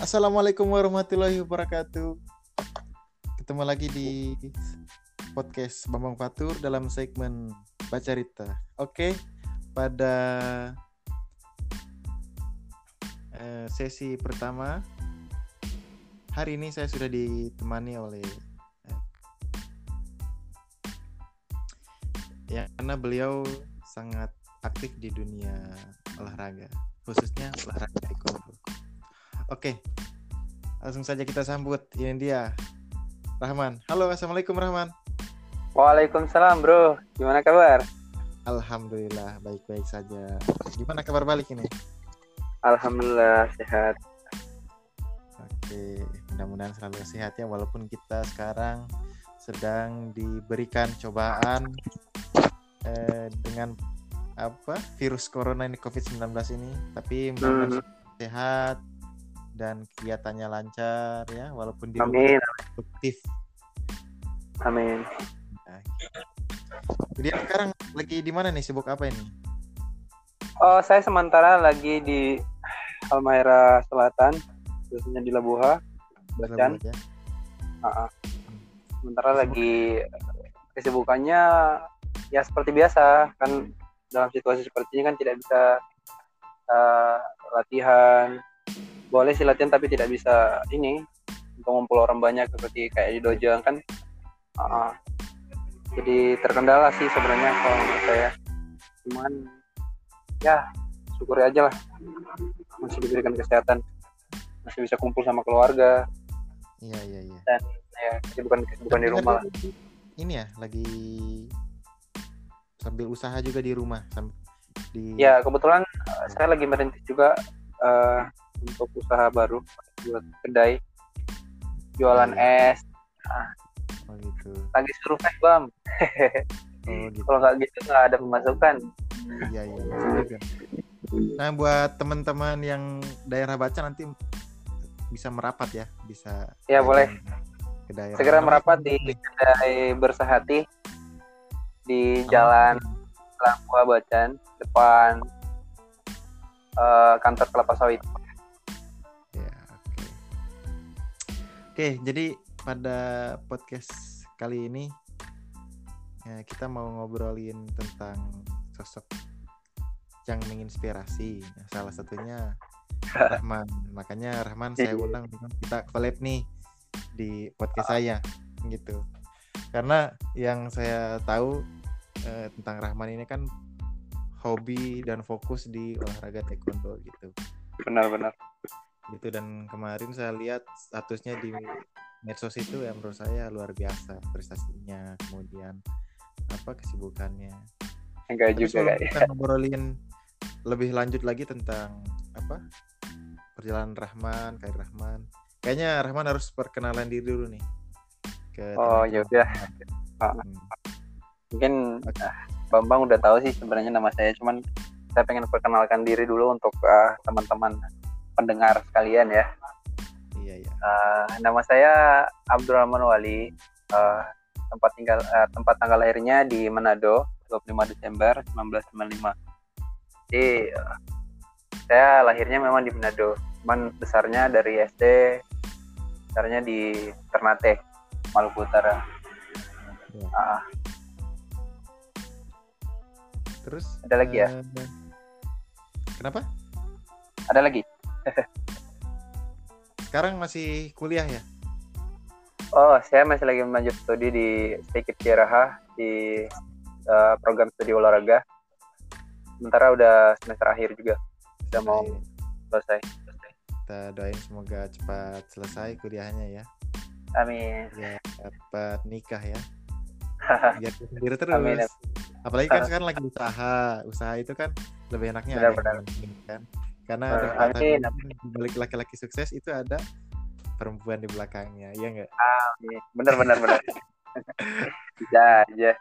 Assalamualaikum warahmatullahi wabarakatuh. Ketemu lagi di podcast Bambang Fatur dalam segmen Baca Rita. Oke, pada sesi pertama hari ini saya sudah ditemani oleh yang karena beliau sangat aktif di dunia olahraga, khususnya olahraga taekwondo. Oke, langsung saja kita sambut. Ini dia, Rahman. Halo, assalamualaikum Rahman. Waalaikumsalam bro, gimana kabar? Alhamdulillah, baik-baik saja. Gimana kabar balik ini? Alhamdulillah sehat. Oke, mudah-mudahan selalu sehat ya. Walaupun kita sekarang sedang diberikan cobaan dengan virus corona ini, COVID-19 ini, tapi mudah-mudahan sehat dan kegiatannya lancar ya, walaupun di rumah produktif. Amin. Nah, jadi sekarang lagi di mana nih, sibuk apa ini? Oh, saya sementara lagi di Halmahera Selatan, khususnya di Labuha, Bacan. Sementara lagi kesibukannya ya seperti biasa, kan dalam situasi seperti ini kan tidak bisa latihan. Boleh sih latihan tapi tidak bisa ini untuk ngumpul orang banyak seperti kayak di dojo kan. Jadi terkendala sih sebenarnya kalau menurut saya. Cuman ya syukuri aja lah, masih diberikan kesehatan, masih bisa kumpul sama keluarga. Iya. Dan ya kesibukan di rumah lah. Ini ya lagi sambil usaha juga di rumah Ya kebetulan saya lagi merintis juga untuk usaha baru buat kedai jualan es. Oh gitu. Lagi survive bang. Oh gitu. Kalau nggak gitu nggak ada pemasukan. Iya. Nah buat teman-teman yang daerah Bacan nanti bisa merapat ya, bisa. Ya boleh. Ke daerah. Segera merapat di kedai Bersehati di Jalan Lampua Bacan depan kantor kelapa sawit. Ya, Oke, jadi pada podcast kali ini ya, kita mau ngobrolin tentang sosok yang menginspirasi. Nah, salah satunya Rahman. Makanya Rahman saya undang, kita collab nih di podcast saya gitu. Karena yang saya tahu tentang Rahman ini kan hobi dan fokus di olahraga taekwondo gitu. Benar. Gitu, dan kemarin saya lihat statusnya di medsos itu ya menurut saya luar biasa prestasinya, kemudian kesibukannya. Enggak Tapi juga sebelum kita ngobrolin lebih lanjut lagi tentang perjalanan Rahman, karir Rahman. Kayaknya Rahman harus perkenalan diri dulu nih. Ya udah. Mungkin Bambang udah tahu sih sebenarnya nama saya, cuman saya pengen perkenalkan diri dulu untuk teman-teman pendengar sekalian ya. Iya. Nama saya Abdurrahman Wali. Tempat tanggal lahirnya di Manado, 25 Desember 1995. Jadi saya lahirnya memang di Manado, cuman besarnya dari SD, besarnya di Ternate, Maluku Utara. Ya. Terus ada lagi ya? Kenapa? Ada lagi. Sekarang masih kuliah ya? Oh, saya masih lagi melanjut studi di Sedikit Ciaraha di program studi olahraga. Sementara udah semester akhir juga, udah mau selesai. Kita doain semoga cepat selesai kuliahnya ya. Amin. Ya, dapat nikah ya. Biar sendiri terus. Amin. Apalagi kan sekarang lagi usaha itu kan lebih enaknya benar. Kan? Karena di balik laki-laki sukses itu ada perempuan di belakangnya, iya nggak? Benar. Bisa aja.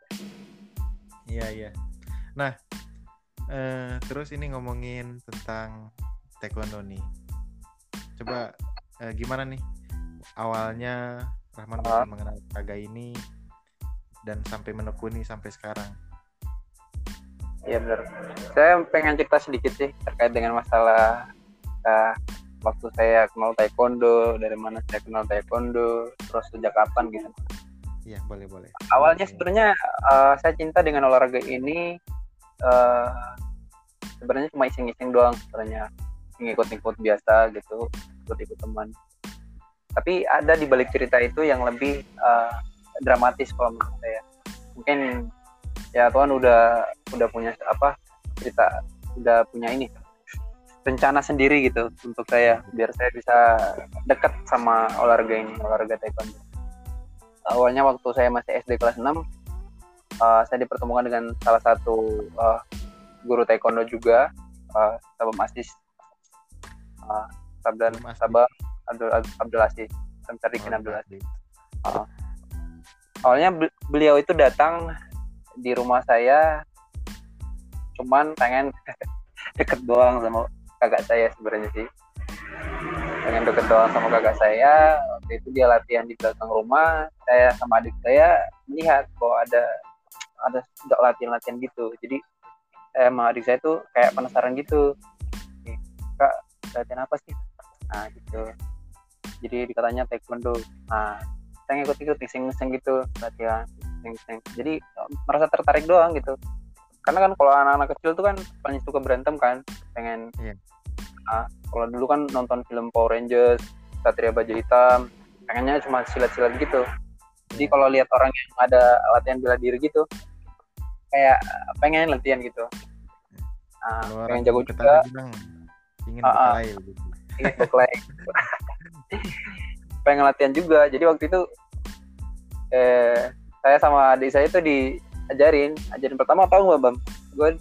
Iya. Nah, terus ini ngomongin tentang taekwondo nih. Coba gimana nih awalnya Rahman mengenal olahraga ini dan sampai menekuni sampai sekarang? Iya benar. Saya pengen cerita sedikit sih terkait dengan masalah waktu saya kenal taekwondo, dari mana saya kenal taekwondo, terus sejak kapan gitu. Iya, boleh. Awalnya sebenarnya saya cinta dengan olahraga ini sebenarnya cuma iseng-iseng doang sebenarnya, ngikut-ngikut biasa gitu, ikut teman. Tapi ada di balik cerita itu yang lebih dramatis kalau menurut saya. Mungkin ya Tuhan udah punya cerita, udah punya ini rencana sendiri gitu untuk saya, biar saya bisa dekat sama olahraga taekwondo. Awalnya waktu saya masih SD kelas 6, saya dipertemukan dengan salah satu guru taekwondo juga, Sabam Asis, Sabam Abdul Aziz, Samsarikin Abdul Aziz. Awalnya beliau itu datang di rumah saya cuman pengen deket doang sama kakak saya sebenarnya sih, pengen deket doang sama kakak saya. Waktu itu dia latihan di belakang rumah, saya sama adik saya melihat bahwa ada nggak latihan gitu. Jadi saya sama adik saya tuh kayak penasaran gitu, kak latihan apa sih, nah gitu. Jadi dikatanya taekwondo. Nah saya ngikut iseng-iseng gitu latihan iseng-iseng. Jadi merasa tertarik doang gitu. Karena kan kalau anak-anak kecil tuh kan paling suka berantem kan, pengen. Kalau dulu kan nonton film Power Rangers, Satria Baja Hitam, pengennya cuma silat-silat gitu. Jadi kalau lihat orang yang ada latihan bela diri gitu, kayak pengen latihan gitu. Pengen jago juga. Ingin berkelahi gitu. Ingin berkelahi. Pengen latihan juga. Jadi waktu itu saya sama adik saya itu diajarin pertama tahu nggak Bam? Gue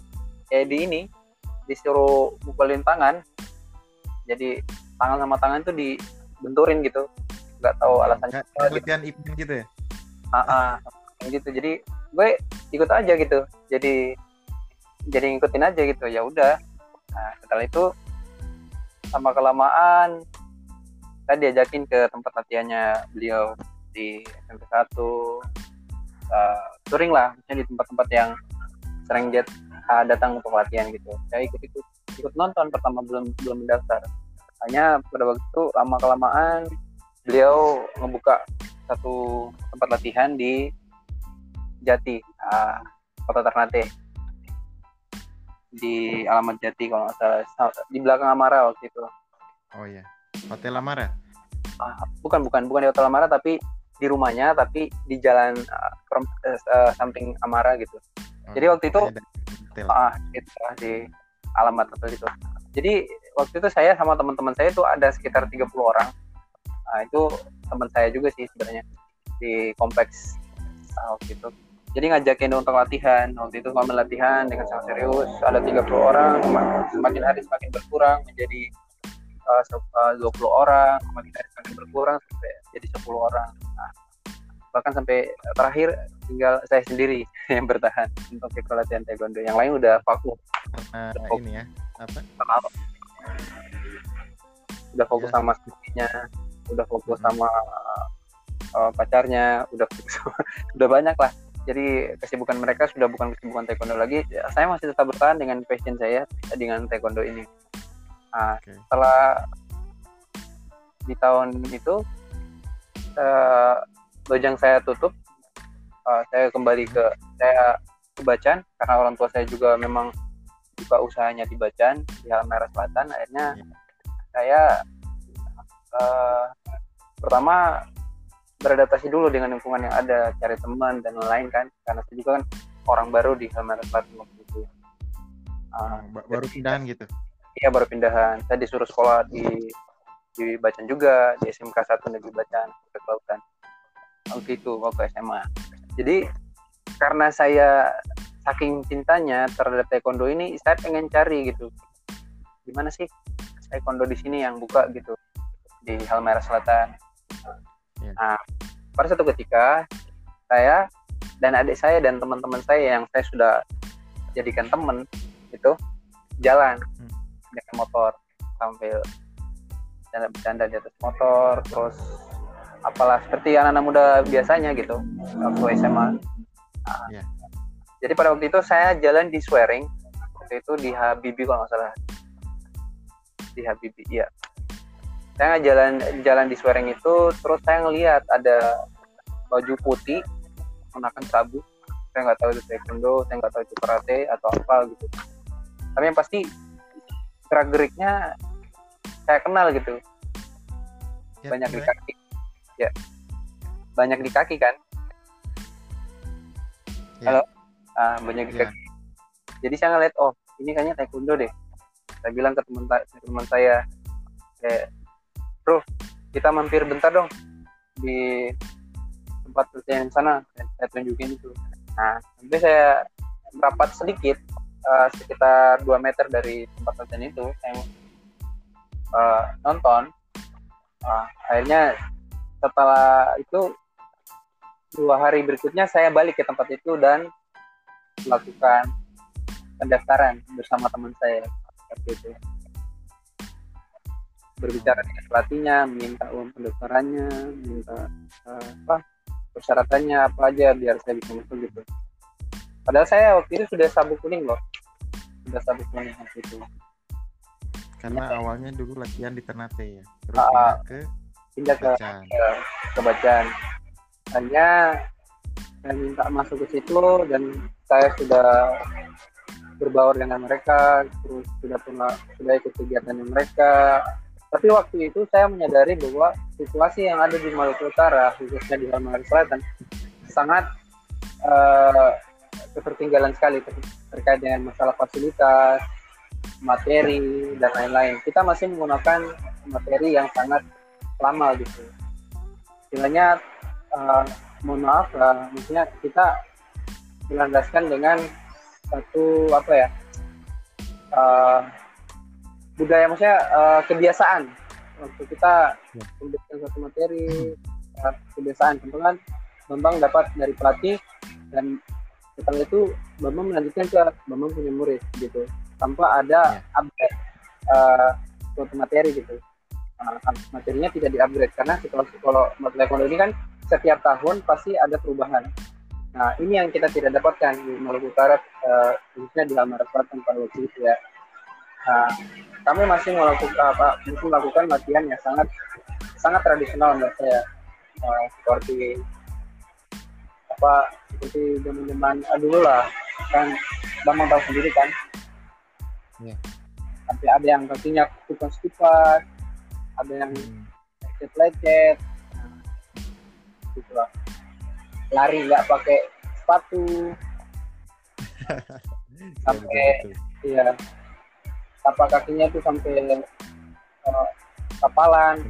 disuruh mukulin tangan. Jadi tangan sama tangan tuh dibenturin gitu. Nggak tahu alasannya. Latihan ipin gitu ya? Gitu. Jadi gue ikut aja gitu. Jadi ngikutin aja gitu. Ya udah. Nah, setelah itu sama kelamaan saya diajakin ke tempat latihannya beliau di SMP 1, touring lah, misalnya di tempat-tempat yang sering datang untuk latihan gitu. Saya ikut nonton pertama, belum mendaftar. Hanya pada waktu itu lama kelamaan beliau ngebuka satu tempat latihan di Jati, Kota Ternate, di alamat Jati kalau nggak salah, di belakang Amara waktu itu. Oh iya, Hotel Amara? Bukan di Hotel Amara, tapi di rumahnya, tapi di jalan samping Amara gitu. Jadi waktu itu di alamat hotel itu. Jadi waktu itu saya sama teman-teman saya itu ada sekitar 30 orang. Itu teman saya juga sih sebenarnya di kompleks waktu itu. Jadi ngajakin untuk latihan. Waktu itu kami latihan dengan sangat serius. Ada 30 orang, semakin hari semakin berkurang menjadi 20 orang, semakin hari semakin berkurang sampai jadi 10 orang. Bahkan sampai terakhir tinggal saya sendiri yang bertahan untuk ikut latihan taekwondo. Yang lain udah vakum. Ini ya, apa? Udah fokus sama studinya, udah fokus sama pacarnya, udah banyak lah. Jadi kesibukan mereka sudah bukan kesibukan taekwondo lagi. Saya masih tetap bertahan dengan passion saya dengan taekwondo ini. Setelah di tahun itu dojang saya tutup, saya kembali ke Bacan karena orang tua saya juga memang buka usahanya di Bacan di Halmahera Selatan. Akhirnya saya pertama beradaptasi dulu dengan lingkungan yang ada, cari teman dan lain-lain kan, karena saya juga kan orang baru di Halmahera Selatan waktu itu. Baru pindahan gitu? Iya, baru pindahan. Saya disuruh sekolah di Bacan juga, di SMK 1 Negeri Bacan, Kelautan. Waktu itu, waktu SMA. Jadi karena saya saking cintanya terhadap taekwondo ini, saya pengen cari gitu, gimana sih taekwondo di sini yang buka gitu di Halmahera Selatan. Nah, pada satu ketika saya dan adik saya dan teman-teman saya yang saya sudah jadikan teman itu jalan dengan motor sambil bercanda di atas motor, terus apalah seperti anak-anak muda biasanya gitu waktu SMA. Jadi pada waktu itu saya jalan di Swearing, waktu itu di Habibie kalau nggak salah, di Habibie, iya. Saya jalan di Swereng itu, terus saya ngelihat ada baju putih menggunakan sabuk. Saya nggak tahu itu taekwondo, saya nggak tahu itu karate atau apa gitu. Tapi yang pasti gerak-geriknya saya kenal gitu. Ya, Banyak di kaki. Ya. Banyak di kaki kan? Ya. Halo? Banyak di Ya. kaki. Jadi saya ngeliat, oh ini kayaknya taekwondo deh. Saya bilang ke teman saya, kayak, bro, kita mampir bentar dong di tempat latihan sana. Saya tunjukin itu. Nah, sampai saya merapat sedikit, sekitar 2 meter dari tempat latihan itu, saya nonton. Akhirnya setelah itu 2 hari berikutnya saya balik ke tempat itu dan melakukan pendaftaran bersama teman saya seperti itu. Berbicara dengan pelatihnya, minta uang pendaftarannya, minta persyaratannya apa aja biar saya bisa masuk gitu. Padahal saya waktu itu sudah sabuk kuning loh, waktu itu. Karena awalnya dulu latihan di Ternate ya, terus pindah ke Bacaan. Hanya saya minta masuk ke situ dan saya sudah berbaur dengan mereka, terus sudah ikut kegiatan mereka. Tapi waktu itu saya menyadari bahwa situasi yang ada di Maluku Utara, khususnya di Maluku Selatan, sangat ketertinggalan sekali terkait dengan masalah fasilitas, materi, dan lain-lain. Kita masih menggunakan materi yang sangat lama gitu. Istilahnya, mohon maaf, maksudnya kita dilandaskan dengan satu budaya, maksudnya kebiasaan waktu kita memberikan satu materi, kebiasaan. Contohnya Bambang dapat dari pelatih dan setelah itu Bambang melanjutkan ke Bambang punya murid gitu, tanpa ada upgrade suatu materi gitu. Materinya tidak di-upgrade karena kalau taekwondo ini kan setiap tahun pasti ada perubahan. Nah, ini yang kita tidak dapatkan di Maluku Utara, khususnya di Halmahera Selatan pada waktu itu ya. Kami masih melakukan latihan yang sangat tradisional menurut saya, seperti zaman-zaman dulu lah, kan Bambang tahu sendiri kan. Sampai ada yang kakinya kupas-kupas, ada yang lecet-lecet, gitu lah. Lari nggak pakai sepatu, sampai tapak kakinya itu sampai kapalan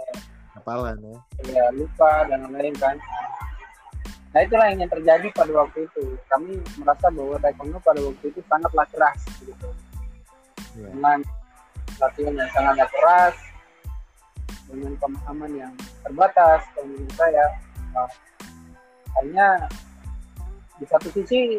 ya, luka dan lain-lain kan. Nah, itulah yang terjadi pada waktu itu. Kami merasa bahwa taekwondo pada waktu itu sangatlah keras gitu. Dengan latihan yang sangat keras, dengan pemahaman yang terbatas menurut saya. Hanya di satu sisi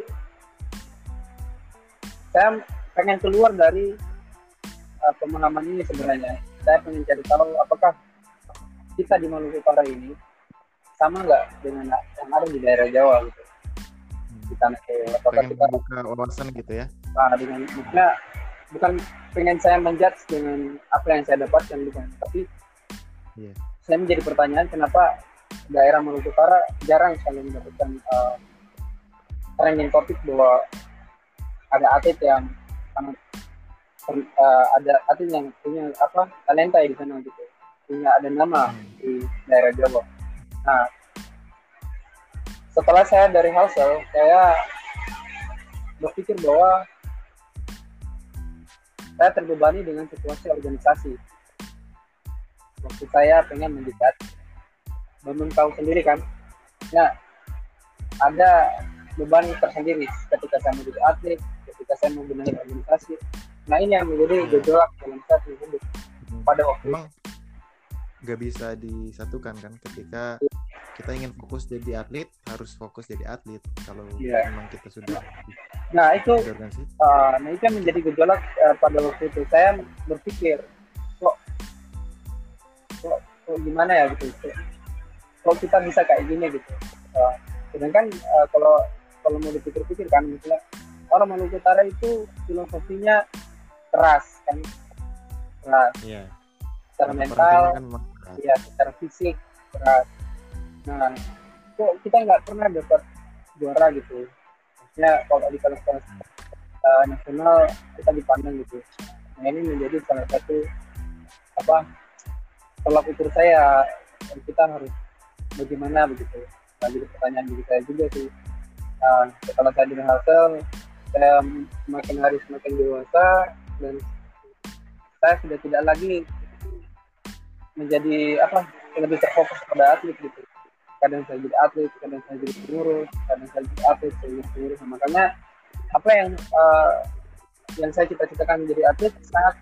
saya pengen keluar dari pemahaman ini sebenarnya. Saya pengen cari tahu apakah kita di Maluku Utara ini sama nggak dengan yang ada di daerah Jawa gitu. Kita apakah kita buka wawasan gitu ya? Dengan maksudnya bukan pengen saya menjudge dengan apa yang saya dapatkan, bukan, tapi saya menjadi pertanyaan kenapa daerah Maluku Utara jarang sekali mendapatkan trending topik bahwa ada atlet yang sangat ada atlet yang punya talenta di sana gitu, punya ada nama di daerah Jawa. Nah, setelah saya dari Halsel, saya berpikir bahwa saya terbebani dengan situasi organisasi. Waktu saya pengen menjadi atlet, Bambang tahu sendiri kan, ya ada beban tersendiri ketika saya menjadi atlet, ketika saya membenahi organisasi. Nah, ini yang menjadi gejolak dalam saat tersebut pada waktu itu. Nggak bisa disatukan kan, ketika kita ingin fokus jadi atlet, harus fokus jadi atlet. Kalau memang kita sudah itu yang menjadi gejolak pada waktu itu. Saya berpikir kok gimana ya gitu, kok kita bisa kayak gini gitu. Sedangkan kalau mau dipikir-pikir kan, misalnya orang Maluku Utara itu filosofinya keras kan, keras. secara Untuk orang mental, timur kan memang berat. ya secara fisik berat. Nah, kok kita nggak pernah dapat juara gitu. Maksudnya kalau di kelas-kelas nasional kita dipandang gitu. Nah ini menjadi salah satu apa tolak ukur saya, kita harus bagaimana begitu. Nah, jadi pertanyaan diri saya juga sih. Setelah saya di hasil, saya semakin hari semakin dewasa dan saya sudah tidak lagi menjadi lebih terfokus pada atlet gitu. Kadang saya jadi atlet, kadang saya jadi pengurus, kadang saya jadi atlet, saya jadi pengurus. Nah, makanya apa yang saya cita-citakan menjadi atlet sangat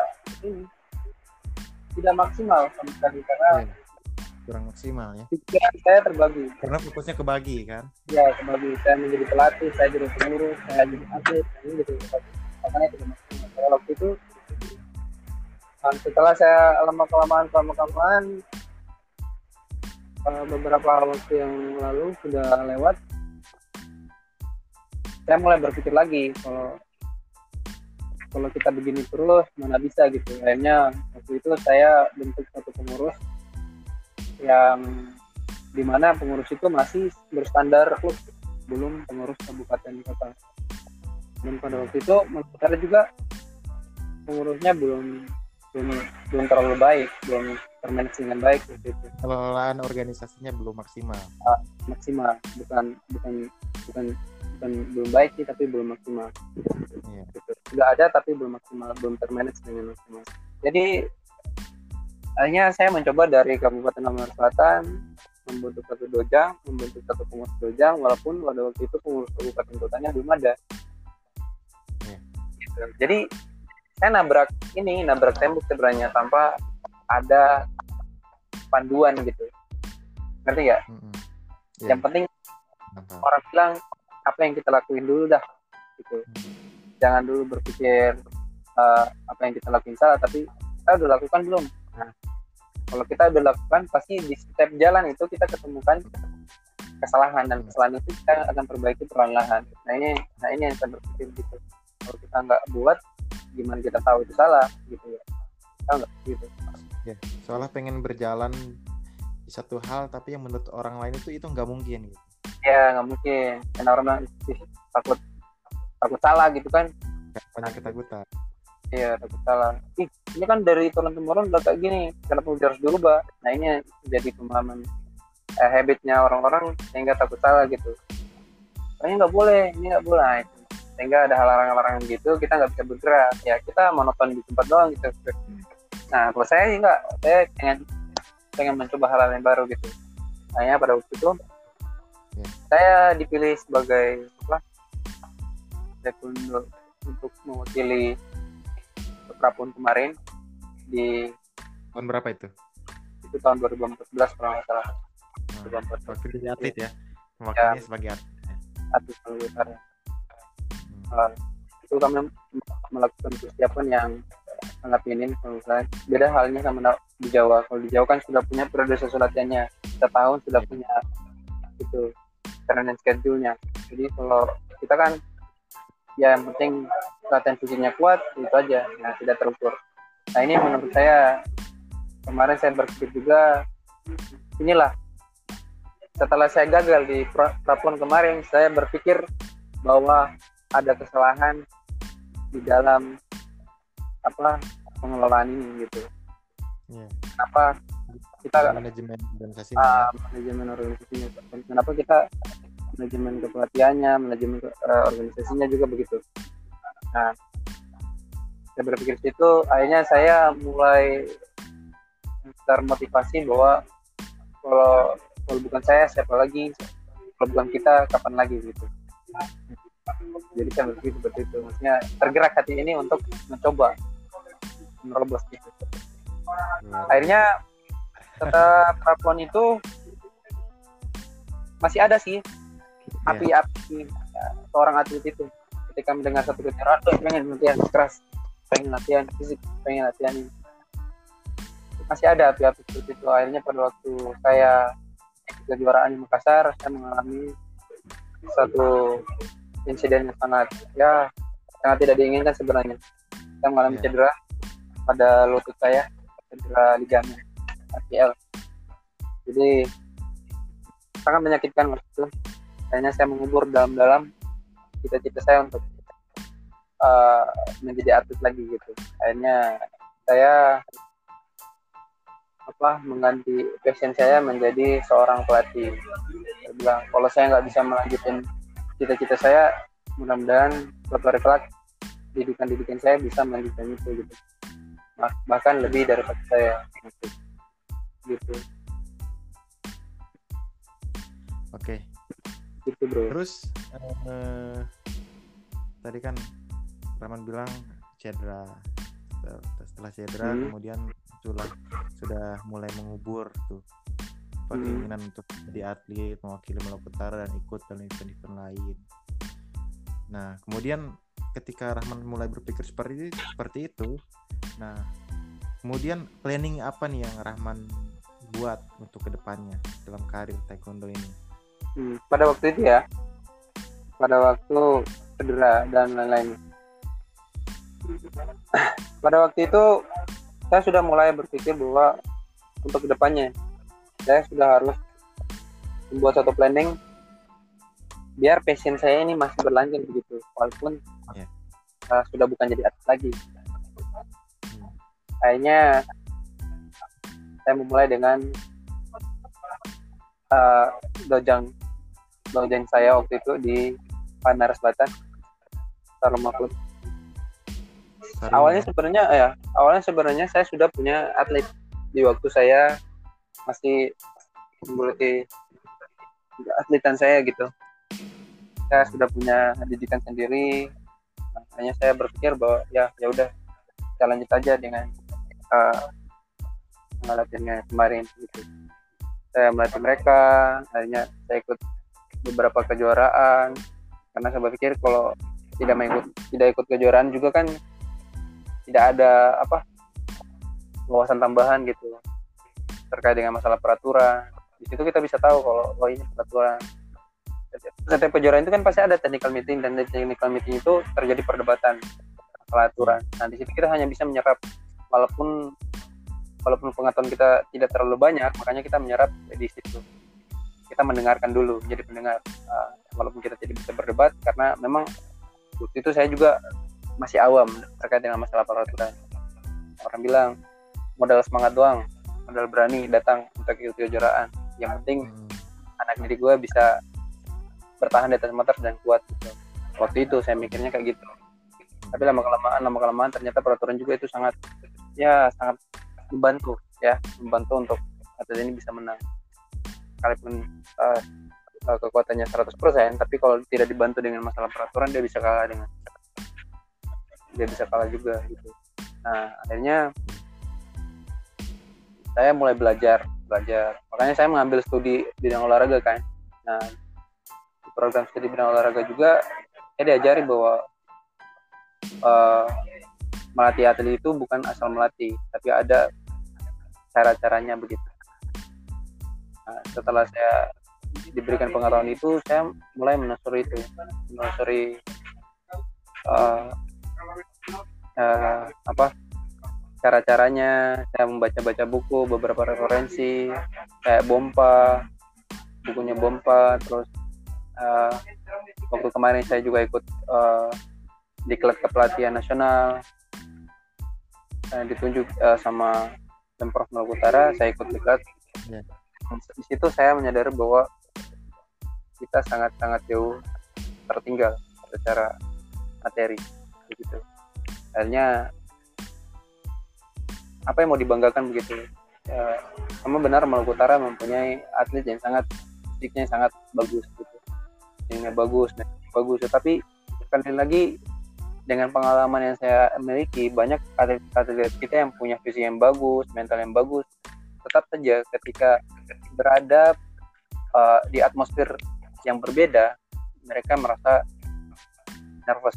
tidak maksimal sama sekali karena kurang maksimal ya. pikiran saya terbagi. Karena fokusnya kebagi kan. Ya, terbagi. Saya menjadi pelatih, saya jadi pengurus, saya jadi atlet, ini gitu. Makanya tidak maksimal. Kalau waktu itu setelah saya lama-kelamaan beberapa waktu yang lalu sudah lewat, saya mulai berpikir lagi kalau kita begini terus mana bisa gitu. Akhirnya waktu itu saya bentuk satu pengurus yang dimana pengurus itu masih berstandar klub, belum pengurus kabupaten kota. Dan pada waktu itu menurut saya juga pengurusnya belum terlalu baik, belum termanage dengan baik gitu. Pengelolaan organisasinya belum maksimal. Maksimal, bukan belum baik sih, tapi belum maksimal. Iya. Gitu. Sudah ada tapi belum maksimal, belum termanage dengan maksimal. Jadi akhirnya saya mencoba dari Kabupaten Lamongan Selatan membentuk satu dojang, membentuk satu pengurus dojang, walaupun pada waktu itu pengurus kabupaten kotanya belum ada. Gitu. Jadi saya nabrak tembok sebenarnya tanpa ada panduan gitu. Ngerti nggak? Yeah. Yang penting orang bilang apa yang kita lakuin dulu dah gitu. Jangan dulu berpikir apa yang kita lakuin salah, tapi kita udah lakukan belum? Nah, kalau kita udah lakukan, pasti di setiap jalan itu kita ketemukan kesalahan, dan kesalahan itu kita akan perbaiki perlahan-lahan. Nah ini yang saya berpikir gitu. Kalau kita nggak buat, gimana kita tahu itu salah gitu ya? Tahu nggak gitu? Ya, soalnya pengen berjalan di satu hal, tapi yang menurut orang lain itu nggak mungkin gitu. Ya nggak mungkin, karena orang takut salah gitu kan? Banyak ketakutan. Iya, takut salah. Ini kan dari turun temurun udah kayak gini, kenapa harus dirubah? Nah ini jadi pemahaman habitnya orang-orang sehingga takut salah gitu. Ini nggak boleh. Sehingga ada larangan-larangan gitu, kita nggak bisa bergerak. Ya kita monoton di tempat doang gitu. Nah kalau saya sih nggak, saya pengen mencoba hal-hal yang baru gitu. Nah pada waktu itu saya dipilih sebagai taekwondo untuk mewakili Prapon kemarin di tahun berapa itu? Itu tahun 2014 kalau nggak salah. Waktu jadi atlet ya? Mewakilnya sebagai atlet besar. Itu kami melakukan persiapan yang sangat minim kalau saya. Beda halnya sama di Jawa. Kalau di Jawa kan sudah punya periode latihannya, setahun sudah punya itu karena schedule-nya. Jadi kalau kita kan ya yang penting latihan fisiknya kuat, itu aja. Nah, tidak terukur. Nah ini menurut saya, kemarin saya berpikir juga, inilah setelah saya gagal di Prapon kemarin, saya berpikir bahwa ada kesalahan di dalam pengelolaan ini gitu. Kenapa kita manajemen organisasinya? Kenapa kita manajemen kepelatihannya, manajemen organisasinya juga begitu. Nah, saya berpikir situ, akhirnya saya mulai termotivasi bahwa kalau bukan saya, siapa lagi? Kalau bukan kita, kapan lagi gitu. Jadi saya berpikir seperti itu. Maksudnya tergerak hati ini untuk mencoba menerobos gitu. Akhirnya setelah Prapon itu masih ada sih api-api seorang atlet itu. Ketika mendengar satu kejuaraan, pengen latihan keras, pengen latihan fisik, pengen latihan ini. Masih ada api-api seperti itu. Akhirnya pada waktu saya kejuaraan di Makassar, saya mengalami satu insiden yang sangat tidak diinginkan sebenarnya. Saya mengalami cedera pada lutut saya. cedera ligamen ACL. Jadi sangat menyakitkan waktu itu. Kayaknya saya mengubur dalam-dalam cita-cita saya untuk menjadi atlet lagi gitu. Akhirnya saya mengganti passion saya menjadi seorang pelatih. Saya bilang kalau saya nggak bisa melanjutkan cita-cita saya, mudah-mudahan suatu kelak didikan saya bisa melanjutkan itu gitu. Bahkan lebih daripada saya gitu. Oke. Gitu bro. Terus tadi kan Rahman bilang cedera. Setelah cedera kemudian sudah mulai mengubur tuh keinginan untuk jadi atlet, mewakili Maluku Utara dan ikut dalam event-event lain. Nah, kemudian ketika Rahman mulai berpikir seperti itu, nah, kemudian planning apa nih yang Rahman buat untuk kedepannya dalam karir taekwondo ini? Pada waktu itu ya, pada waktu cedera dan lain-lain. Pada waktu itu saya sudah mulai berpikir bahwa untuk kedepannya saya sudah harus membuat satu planning biar passion saya ini masih berlanjut begitu, walaupun sudah bukan jadi atlet lagi. Akhirnya saya memulai dengan dojang saya waktu itu di Panara Selatan, Saruma Club. Awalnya sebenarnya saya sudah punya atlet di waktu saya masih menggeluti atletan saya gitu. Saya sudah punya didikan sendiri. Makanya saya berpikir bahwa ya udah kita lanjut aja dengan latihannya kemarin gitu. Saya melatih mereka, akhirnya saya ikut beberapa kejuaraan karena saya berpikir kalau tidak ikut kejuaraan juga kan tidak ada wawasan tambahan gitu terkait dengan masalah peraturan. Di situ kita bisa tahu kalau ini peraturan. Setiap kejuaraan itu kan pasti ada technical meeting, dan di technical meeting itu terjadi perdebatan masalah aturan. Nah, di situ kita hanya bisa menyerap, walaupun pengetahuan kita tidak terlalu banyak, makanya kita menyerap di situ. Kita mendengarkan dulu, menjadi pendengar. Walaupun kita tidak bisa berdebat, karena memang waktu itu saya juga masih awam terkait dengan masalah peraturan. Orang bilang modal semangat doang, modal berani datang untuk ikut kejuaraan. Yang penting anak didik gue bisa bertahan di atas motor dan kuat gitu. Waktu itu saya mikirnya kayak gitu. Tapi lama kelamaan ternyata peraturan juga itu sangat membantu untuk atlet ini bisa menang. Sekalipun kekuatannya 100%, tapi kalau tidak dibantu dengan masalah peraturan dia bisa kalah juga gitu. Nah, akhirnya saya mulai belajar. Makanya saya mengambil studi bidang olahraga kan. Nah, di program studi bidang olahraga juga saya diajari bahwa melatih atlet itu bukan asal melatih, tapi ada cara-caranya begitu. Nah, setelah saya diberikan pengetahuan itu, saya mulai menelusuri cara-caranya. Saya membaca buku, beberapa referensi kayak bukunya Bompa. Terus waktu kemarin saya juga ikut di klub kepelatihan nasional, ditunjuk sama Pemprov Maluku Utara. Saya ikut di klub. Di situ saya menyadari bahwa kita sangat jauh tertinggal secara materi begitu. Akhirnya apa yang mau dibanggakan begitu? Memang benar Maluku Utara mempunyai atlet yang fisiknya sangat bagus gitu. Yang bagus. Tapi sekali lagi dengan pengalaman yang saya miliki, banyak atlet kita yang punya fisik yang bagus, mental yang bagus, tetap saja ketika berada di atmosfer yang berbeda, mereka merasa nervous,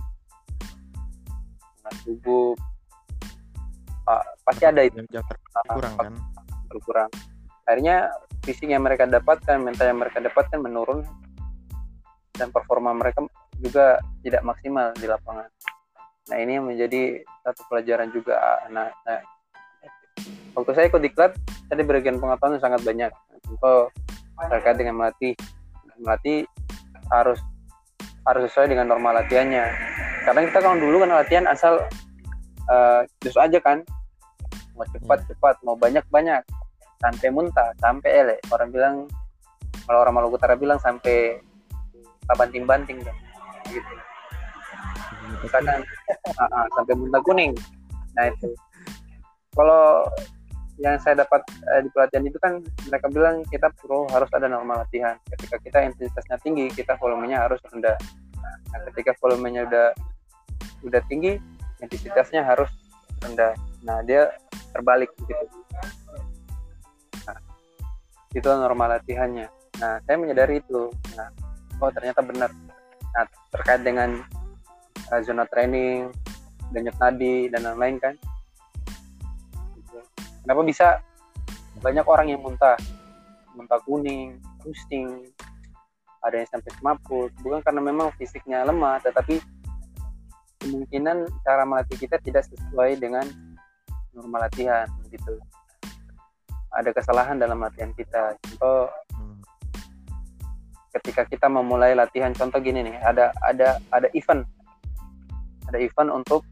gugup, pasti ada itu berkurang. Akhirnya fisik yang mereka dapatkan, mental yang mereka dapatkan menurun, dan performa mereka juga tidak maksimal di lapangan. Nah, ini yang menjadi satu pelajaran juga. Nah Waktu saya ikut diklat, saya diberikan pengetahuan yang sangat banyak. Contoh terkait dengan melatih harus sesuai dengan norma latihannya. Karena kita kalau dulu kan latihan asal terus aja kan, mau cepat, mau banyak sampai muntah, sampai elek. Kalau orang Maluku Utara bilang sampai banting-banting kan, gitu. Kadang sampai muntah kuning. Nah itu. Kalau yang saya dapat di pelatihan itu kan mereka bilang kita harus ada norma latihan. Ketika kita intensitasnya tinggi, kita volumenya harus rendah. Nah, ketika volumenya udah tinggi, intensitasnya harus rendah. Nah, dia terbalik gitu. Nah, itu norma latihannya. Nah, saya menyadari itu. Nah, ternyata benar. Nah, terkait dengan zona training, denyut nadi dan lain-lain kan. Kenapa bisa banyak orang yang muntah kuning, pusing, ada yang sampai semaput, bukan karena memang fisiknya lemah, tetapi kemungkinan cara melatih kita tidak sesuai dengan norma latihan gitu. Ada kesalahan dalam latihan kita. Contoh ketika kita memulai latihan, contoh gini nih, ada event untuk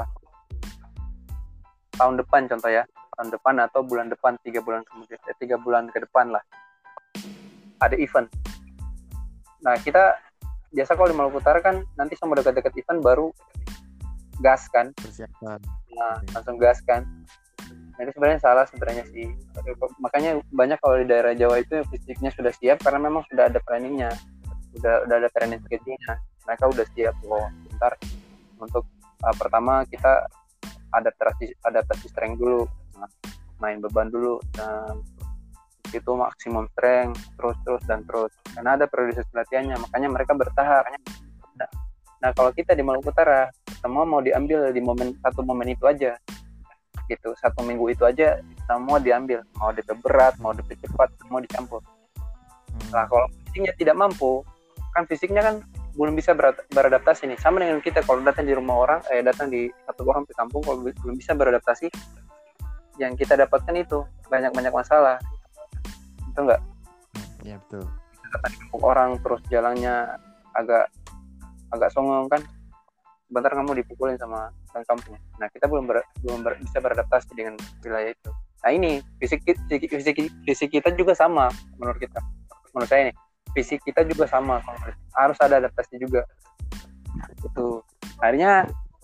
tahun depan, contoh ya, tahun depan atau bulan depan, 3 bulan kemudian, 3 bulan ke depan lah, ada event. Nah, kita biasa kalau di Maluku Utara kan nanti sama dekat-dekat event baru gas kan, persiapan. Nah, langsung gas kan. Nah, itu sebenarnya salah sebenarnya sih. Makanya banyak kalau di daerah Jawa itu fisiknya sudah siap karena memang sudah ada trainingnya, udah ada training schedule-nya. Mereka udah siap loh. Bentar untuk pertama kita adaptasi strength dulu, main beban dulu, dan itu maksimum strength terus karena ada periodisasi latihannya, makanya mereka bertahap. Nah kalau kita di Maluku Utara semua mau diambil di satu momen itu aja gitu, 1 minggu itu aja semua diambil, mau DP berat, mau DP cepat, semua dicampur. Nah kalau fisiknya tidak mampu, kan fisiknya kan belum bisa beradaptasi nih, sama dengan kita kalau datang di rumah orang, datang di satu orang di kampung, kalau belum bisa beradaptasi, yang kita dapatkan itu banyak masalah, itu enggak? Ya betul. Datang di kampung orang terus jalannya agak songong kan, sebentar kamu dipukulin sama orang kampung. Nah kita belum bisa beradaptasi dengan wilayah itu. Nah ini fisik kita juga sama menurut saya nih, fisik kita juga sama, harus ada adaptasi juga. Itu akhirnya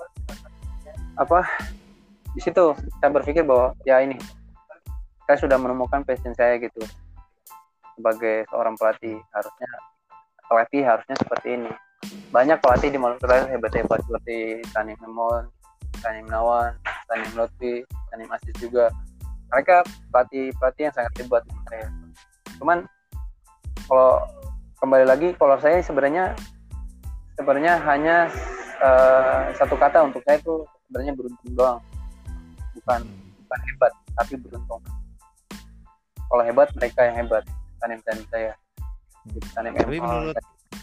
di situ saya berpikir bahwa ya ini saya sudah menemukan passion saya gitu sebagai seorang pelatih. Harusnya seperti ini. Banyak pelatih di Maluku Utara hebat-hebat seperti Tanim Memon, Tanim Nawan, Tanim Lotfi, Tanim Asis juga. Mereka pelatih yang sangat hebat menurut saya. Cuman kalau kembali lagi, kalau saya sebenarnya hanya satu kata untuk saya itu sebenarnya beruntung doang. Bukan hebat, tapi beruntung. Kalau hebat mereka yang hebat, tanim saya. Tapi menurut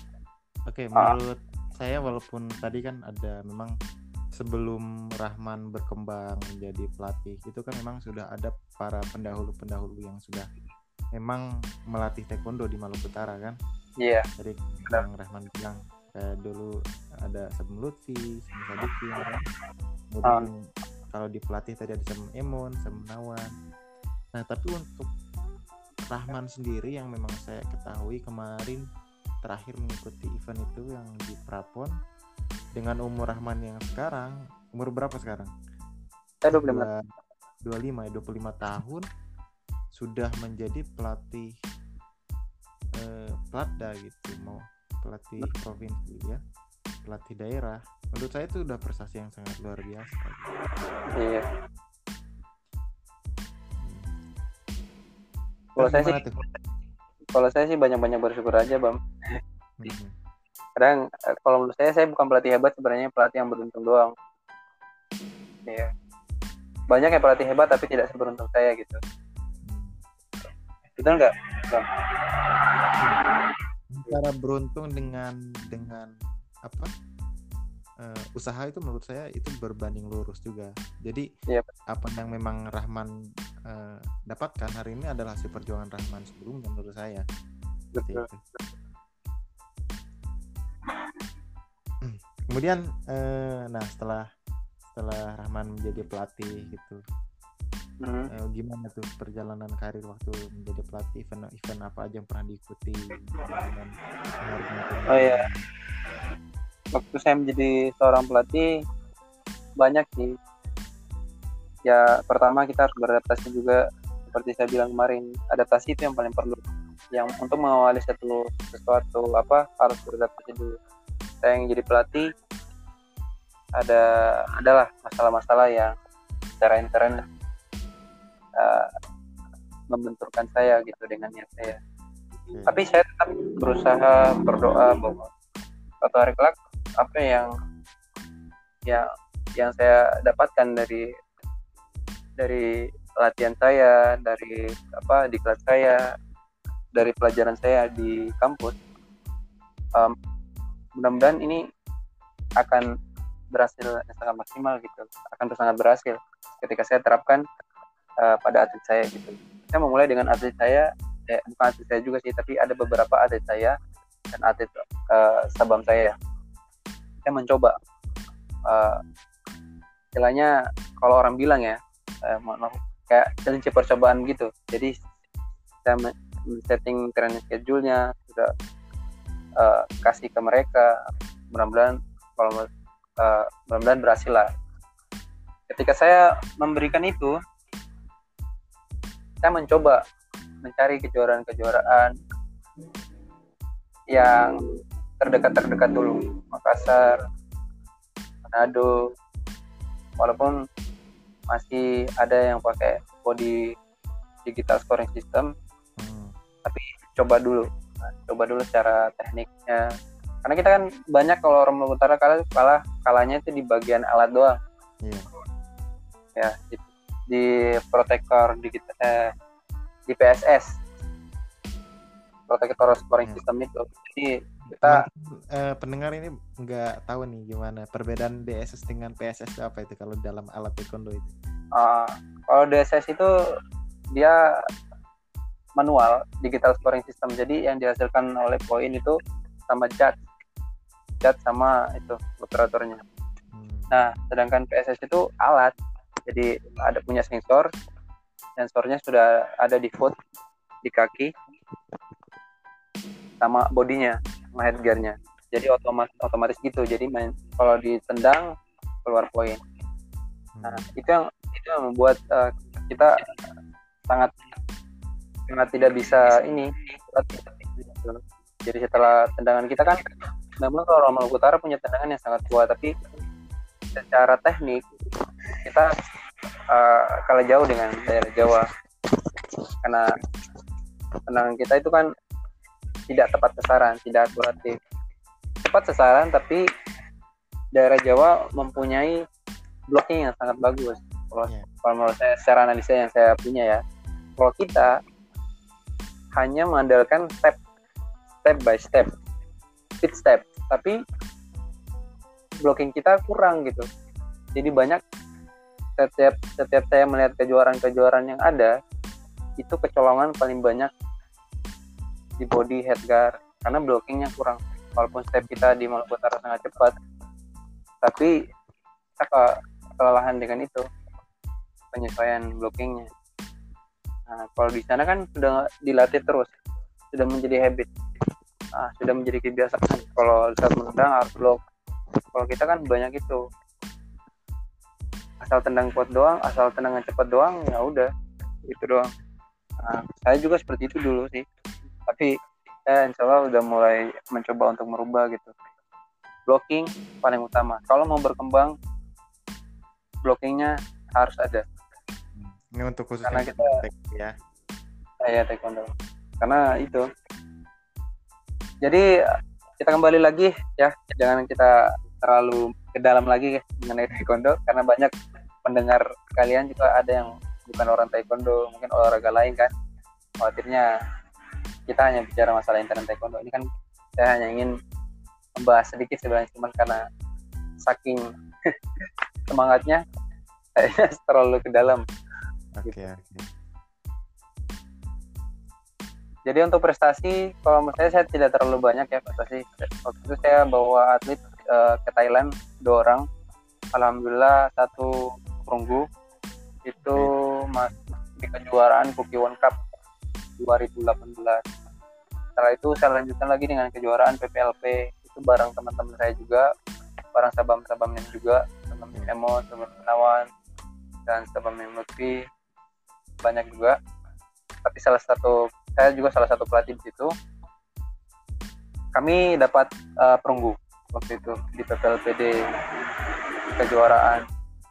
saya, walaupun tadi kan ada memang sebelum Rahman berkembang menjadi pelatih itu kan memang sudah ada para pendahulu yang sudah memang melatih taekwondo di Maluku Utara kan. Iya. Jadi yang Rahman bilang dulu ada Sam Lutfi, Sam Sadikin kan. Kemudian kalau di pelatih tadi ada Sam Emon, Sam Nawan. Nah tapi untuk Rahman sendiri yang memang saya ketahui kemarin terakhir mengikuti event itu yang di Prapon, dengan umur Rahman yang sekarang, umur berapa sekarang? Saya 25 tahun sudah menjadi pelatih Platda gitu, mau pelatih provinsi ya, pelatih daerah. Menurut saya itu udah prestasi yang sangat luar biasa. Iya. Kalau saya sih banyak bersyukur aja, Bam. Kadang kalau menurut saya bukan pelatih hebat, sebenarnya pelatih yang beruntung doang. Iya. Banyak yang pelatih hebat tapi tidak seberuntung saya gitu. Betul nggak, Bam? Cara beruntung dengan usaha itu menurut saya itu berbanding lurus juga. Jadi Iya, apa yang memang Rahman dapatkan hari ini adalah hasil perjuangan Rahman sebelumnya menurut saya. Seperti betul. itu. Kemudian nah setelah Rahman menjadi pelatih gitu, gimana tuh perjalanan karir waktu menjadi pelatih, event apa aja yang pernah diikuti dengan penghargaan. Oh iya, waktu saya menjadi seorang pelatih banyak sih. Ya pertama kita harus beradaptasi juga, seperti saya bilang kemarin, adaptasi itu yang paling perlu. Yang untuk mengawali sesuatu harus beradaptasi dulu. Saya yang jadi pelatih adalah masalah-masalah yang secara intern membenturkan saya gitu dengan niat saya. Tapi saya tetap berusaha berdoa bahwa suatu hari kelak apa yang saya dapatkan dari latihan saya, dari di kelas saya, dari pelajaran saya di kampus, mudah-mudahan ini akan berhasil sangat maksimal gitu, akan sangat berhasil ketika saya terapkan pada atlet saya gitu. Saya memulai dengan atlet saya, bukan atlet saya juga sih, tapi ada beberapa atlet saya dan atlet sabam saya. Saya mencoba, istilahnya kalau orang bilang ya, kayak challenge percobaan gitu. Jadi saya setting training schedule-nya, sudah kasih ke mereka, mudah-mudahan berhasil lah. Ketika saya memberikan itu, saya mencoba mencari kejuaraan-kejuaraan yang terdekat dulu, Makassar, Manado, walaupun masih ada yang pakai body digital scoring system, tapi coba dulu secara tekniknya, karena kita kan banyak kalau orang Maluku Utara kalahnya itu di bagian alat doang. Ya, di protektor di PSS, protektor scoring system itu. Jadi kita pendengar ini nggak tahu nih gimana perbedaan DSS dengan PSS itu apa itu kalau dalam alat taekwondo itu. Kalau DSS itu dia manual digital scoring system, jadi yang dihasilkan oleh poin itu sama judge sama itu operatornya. Nah, sedangkan PSS itu alat, jadi ada punya sensornya sudah ada di foot, di kaki, sama bodinya, sama headgear-nya. Jadi otomatis gitu. Jadi kalau ditendang keluar poin. Nah, itu yang membuat kita sangat tidak bisa Jadi setelah tendangan kita kan, memang kalau orang Maluku Utara punya tendangan yang sangat kuat, tapi secara teknik kita kalah jauh dengan daerah Jawa, karena tendangan kita itu kan tidak tepat sasaran, tidak akuratif. Tepat sasaran, tapi daerah Jawa mempunyai blocking yang sangat bagus. Kalau menurut saya, secara analisa yang saya punya ya, kalau kita hanya mengandalkan step by step, speed step, tapi blocking kita kurang gitu. Jadi banyak setiap saya melihat kejuaraan yang ada, itu kecolongan paling banyak di body headgear karena blockingnya kurang. Walaupun step kita di Maluku Utara sangat cepat, tapi kita kelelahan dengan itu, penyesuaian blockingnya. Nah, kalau di sana kan sudah dilatih terus, sudah menjadi habit, sudah menjadi kebiasaan. Kalau saat menendang harus block. Kalau kita kan banyak itu, asal tendang kuat doang, asal tendangan cepat doang, ya udah itu doang. Nah, saya juga seperti itu dulu sih, tapi saya insya Allah udah mulai mencoba untuk merubah gitu. Blocking paling utama. Kalau mau berkembang, blockingnya harus ada. Ini untuk khususnya karena kita taekwondo. Karena itu. Jadi kita kembali lagi ya, jangan kita terlalu ke dalam lagi mengenai taekwondo, karena banyak pendengar kalian juga ada yang bukan orang taekwondo, mungkin olahraga lain kan. Khawatirnya kita hanya bicara masalah internet taekwondo. Ini kan saya hanya ingin membahas sedikit sebenarnya, cuma karena saking semangatnya kayaknya terlalu ke dalam. Oke. Jadi untuk prestasi, kalau menurut saya tidak terlalu banyak ya prestasi. Waktu itu saya bawa atlet ke Thailand 2 orang. Alhamdulillah 1 perunggu itu masuk di kejuaraan Kukiwon Cup 2018. Setelah itu saya lanjutkan lagi dengan kejuaraan PPLP, itu bareng teman-teman saya juga, bareng sabam-sabamnya juga, teman Emon, teman Menawan, dan sabam Lutfi, banyak juga. Tapi saya juga salah satu pelatih di situ. Kami dapat perunggu waktu itu di PPLPD kejuaraan.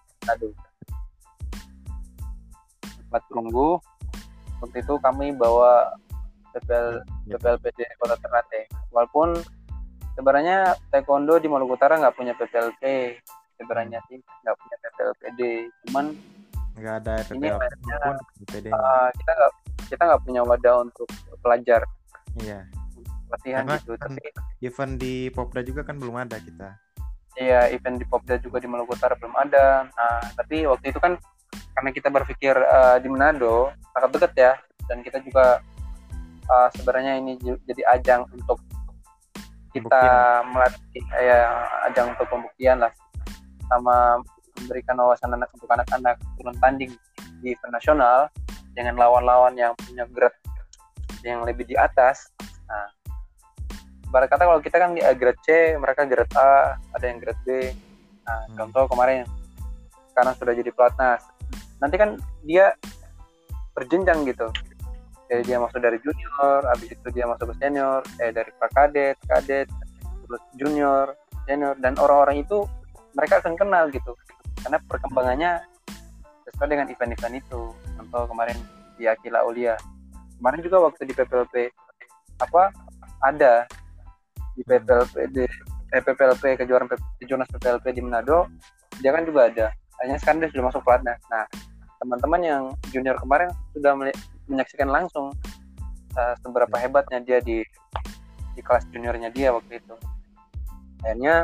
Dapat perunggu. Waktu itu kami bawa PPLPD Kota Ternate. Walaupun sebenarnya taekwondo di Maluku Utara nggak punya PPLP, sebenarnya sih nggak punya PPLPD. Cuman nggak ada ini PPLP kita nggak punya wadah untuk pelajar. Iya. Latihan karena gitu. Kan event di Popda juga kan belum ada kita. Iya, event di Popda juga di Maluku Utara belum ada. Nah, tapi waktu itu kan karena kita berpikir di Manado sangat dekat ya, dan kita juga sebenarnya ini jadi ajang untuk kita melatih, ajang untuk pembuktian lah, sama memberikan wawasan untuk anak-anak turun tanding di event nasional dengan lawan-lawan yang punya grade yang lebih di atas. Nah, ibarat kata kalau kita kan di grade C, mereka grade A, ada yang grade B. Nah, contoh kemarin sekarang sudah jadi pelatnas. Nanti kan dia berjenjang gitu. Jadi dia masuk dari junior, habis itu dia masuk ke senior, dari prakadet, kadet, terus junior, senior, dan orang-orang itu mereka akan kenal gitu. Karena perkembangannya sesuai dengan event-event itu. Contoh kemarin di Akila Aulia. Kemarin juga waktu di PPLP ada di PPLP kejuaraan jurnas PPLP di Manado, dia kan juga ada. Hanya sekarang dia sudah masuk pelatnas. Nah, teman-teman yang junior kemarin sudah menyaksikan langsung seberapa hebatnya dia di kelas juniornya dia waktu itu. Akhirnya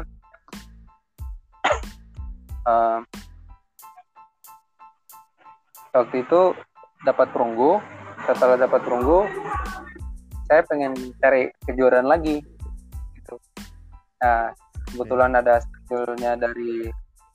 waktu itu dapat perunggu. Setelah dapat perunggu, saya pengen cari kejuaraan lagi gitu. Nah, kebetulan ada schedule-nya dari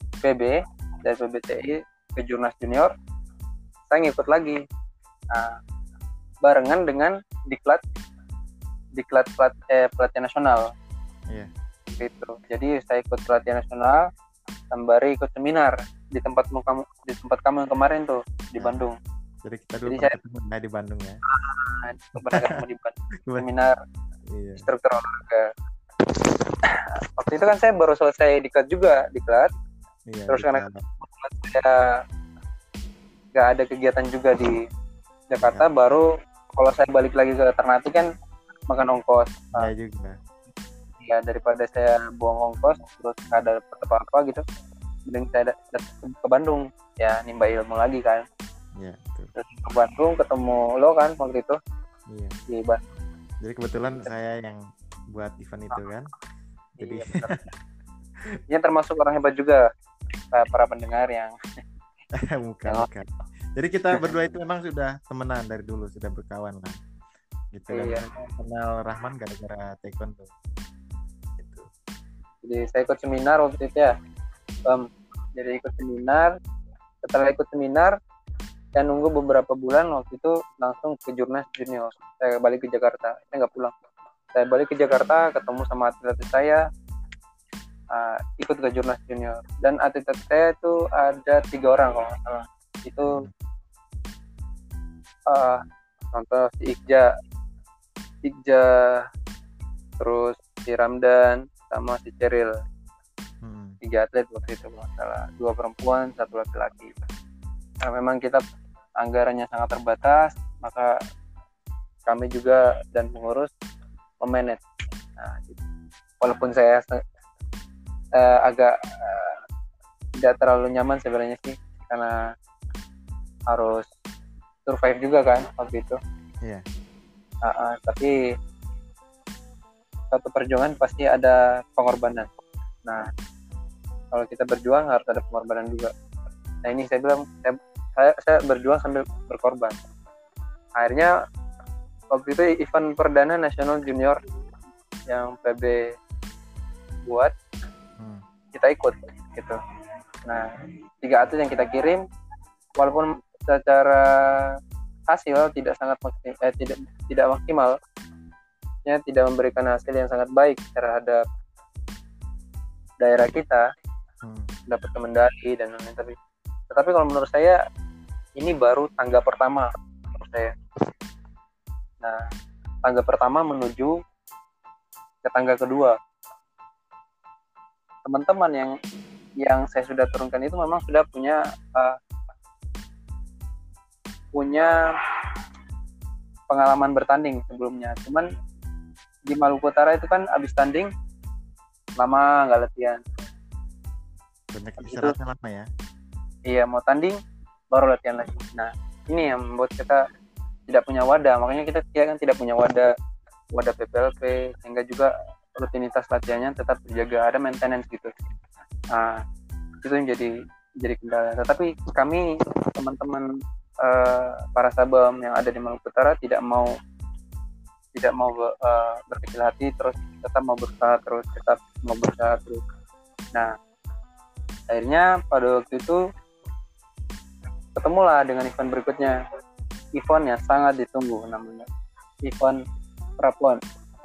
PBTI ke Jurnas Junior. Saya ngikut lagi. Nah, barengan dengan diklat pelatihan nasional. Iya. Gitu. Jadi saya ikut pelatihan nasional, sembari ikut seminar di tempat kamu yang kemarin tuh di Bandung. Jadi kita dulu ketemu di Bandung ya. Pernah ketemu di Bandung. Seminar instruktur olahraga. Waktu itu kan saya baru selesai diklat. Iya, terus karena saya nggak ada kegiatan juga di Jakarta, baru kalau saya balik lagi ke Ternate kan makan ongkos. Iya juga. Ya daripada saya buang ongkos terus nggak ada apa-apa gitu, mending saya datang ke Bandung ya, nimba ilmu lagi kan. Iya, betul. Terus ke Bandung ketemu lo kan waktu itu. Iya. Di Bandung. Jadi kebetulan saya yang buat event itu kan. Jadi ini termasuk orang hebat juga para pendengar yang bukan. Jadi kita berdua itu memang sudah temenan dari dulu, sudah berkawan lah. Gitu kan. Iya. Kenal Rahman gara-gara taekwondo. Gitu. Jadi saya ikut seminar waktu itu ya. Jadi ikut seminar. Setelah ikut seminar, saya nunggu beberapa bulan, waktu itu langsung ke Jurnas Junior. Saya balik ke Jakarta, saya nggak pulang. Saya balik ke Jakarta, ketemu sama atlet saya, ikut ke Jurnas Junior. Dan atlet saya itu ada 3 orang kalau nggak salah. Itu contoh si Ikja, terus si Ramdan, sama si Ceril. 3 atlet waktu itu kalau nggak salah. 2 perempuan, 1 laki-laki. Karena memang kita anggarannya sangat terbatas, maka kami juga dan pengurus memanage. Nah, gitu. Walaupun saya agak tidak terlalu nyaman sebenarnya sih, karena harus survive juga kan waktu itu. Iya. Tapi suatu perjuangan pasti ada pengorbanan. Nah, kalau kita berjuang harus ada pengorbanan juga. Nah ini saya bilang saya berjuang sambil berkorban. Akhirnya waktu itu event perdana nasional junior yang PB buat, kita ikut gitu. Nah 3 atlet yang kita kirim, walaupun secara hasil tidak maksimal, ya tidak memberikan hasil yang sangat baik terhadap daerah kita, dapat medali dan lain-lain, tetapi kalau menurut saya ini baru tangga pertama menurut saya. Nah tangga pertama menuju ke tangga kedua. Teman-teman yang saya sudah turunkan itu memang sudah punya pengalaman bertanding sebelumnya. Cuman di Maluku Utara itu kan abis tanding lama nggak latihan. Banyak istirahatnya lama ya. Iya, mau tanding baru latihan lagi. Nah ini yang membuat kita tidak punya wadah. Makanya kita kan tidak punya wadah PPLP, sehingga juga rutinitas latihannya tetap terjaga, ada maintenance gitu. Nah itu yang jadi kendala. Tetapi kami teman-teman para sabam yang ada di Maluku Utara tidak mau berkecil hati, terus tetap mau berusaha terus. Nah akhirnya pada waktu itu ketemulah dengan event berikutnya, event yang sangat ditunggu, namanya event Prapon.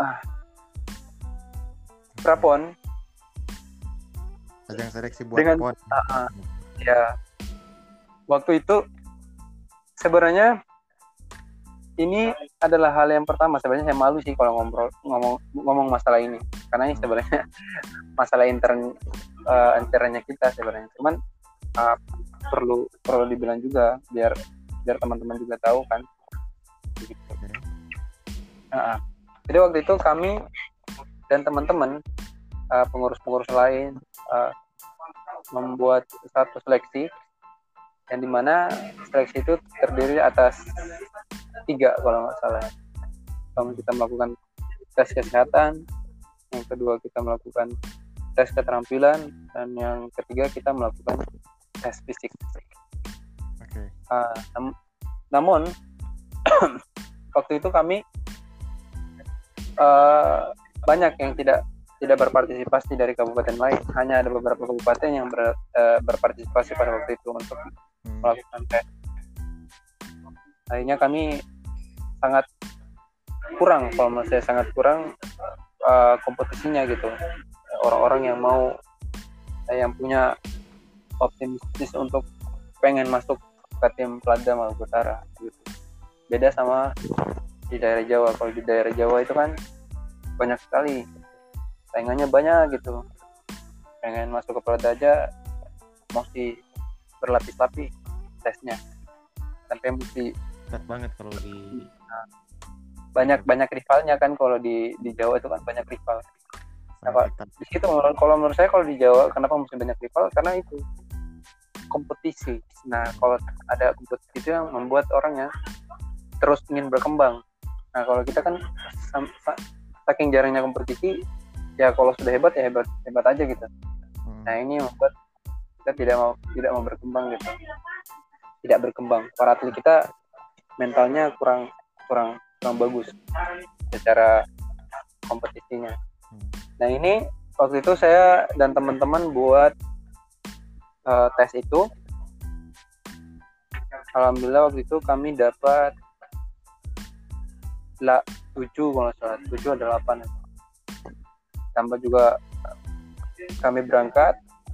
Prapon ajang seleksi buat dengan PON. Ya waktu itu sebenarnya ini adalah hal yang pertama. Sebenarnya saya malu sih kalau ngomong masalah ini, karena ini sebenarnya masalah internnya kita sebenarnya. Cuman perlu dibilang juga biar teman-teman juga tahu kan. Gitu. Jadi waktu itu kami dan teman-teman pengurus-pengurus lain membuat satu seleksi, yang dimana seleksi itu terdiri atas 3 kalau nggak salah. Kita melakukan tes kesehatan, yang kedua kita melakukan tes keterampilan, dan yang ketiga kita melakukan tes fisik. Okay. Namun waktu itu kami banyak yang tidak berpartisipasi dari kabupaten lain. Hanya ada beberapa kabupaten yang berpartisipasi pada waktu itu untuk melakukan tes. Akhirnya kami sangat kurang, kalau menurut saya sangat kurang kompetisinya gitu. Orang-orang yang punya optimistis untuk pengen masuk ke tim Pelada Maluku Utara gitu. Beda sama di daerah Jawa. Kalau di daerah Jawa itu kan banyak sekali, saingannya banyak gitu. Pengen masuk ke Pelada aja mesti berlapis-lapis tesnya, sampai mesti ketat banget kalau di banyak rivalnya kan. Kalau di Jawa itu kan banyak rival. Di situ kalau menurut saya, kalau di Jawa kenapa mesti banyak rival, karena itu kompetisi. Nah kalau ada kompetisi itu yang membuat orangnya terus ingin berkembang. Nah kalau kita kan saking jarangnya kompetisi, ya kalau sudah hebat ya hebat aja gitu. Nah ini membuat kita tidak mau berkembang gitu, tidak berkembang. Para atlet kita mentalnya kurang bagus secara kompetisinya. Nah ini waktu itu saya dan teman-teman buat tes itu. Alhamdulillah waktu itu kami dapat 7 kalau salah, 7 ada 8. Tambah juga kami berangkat,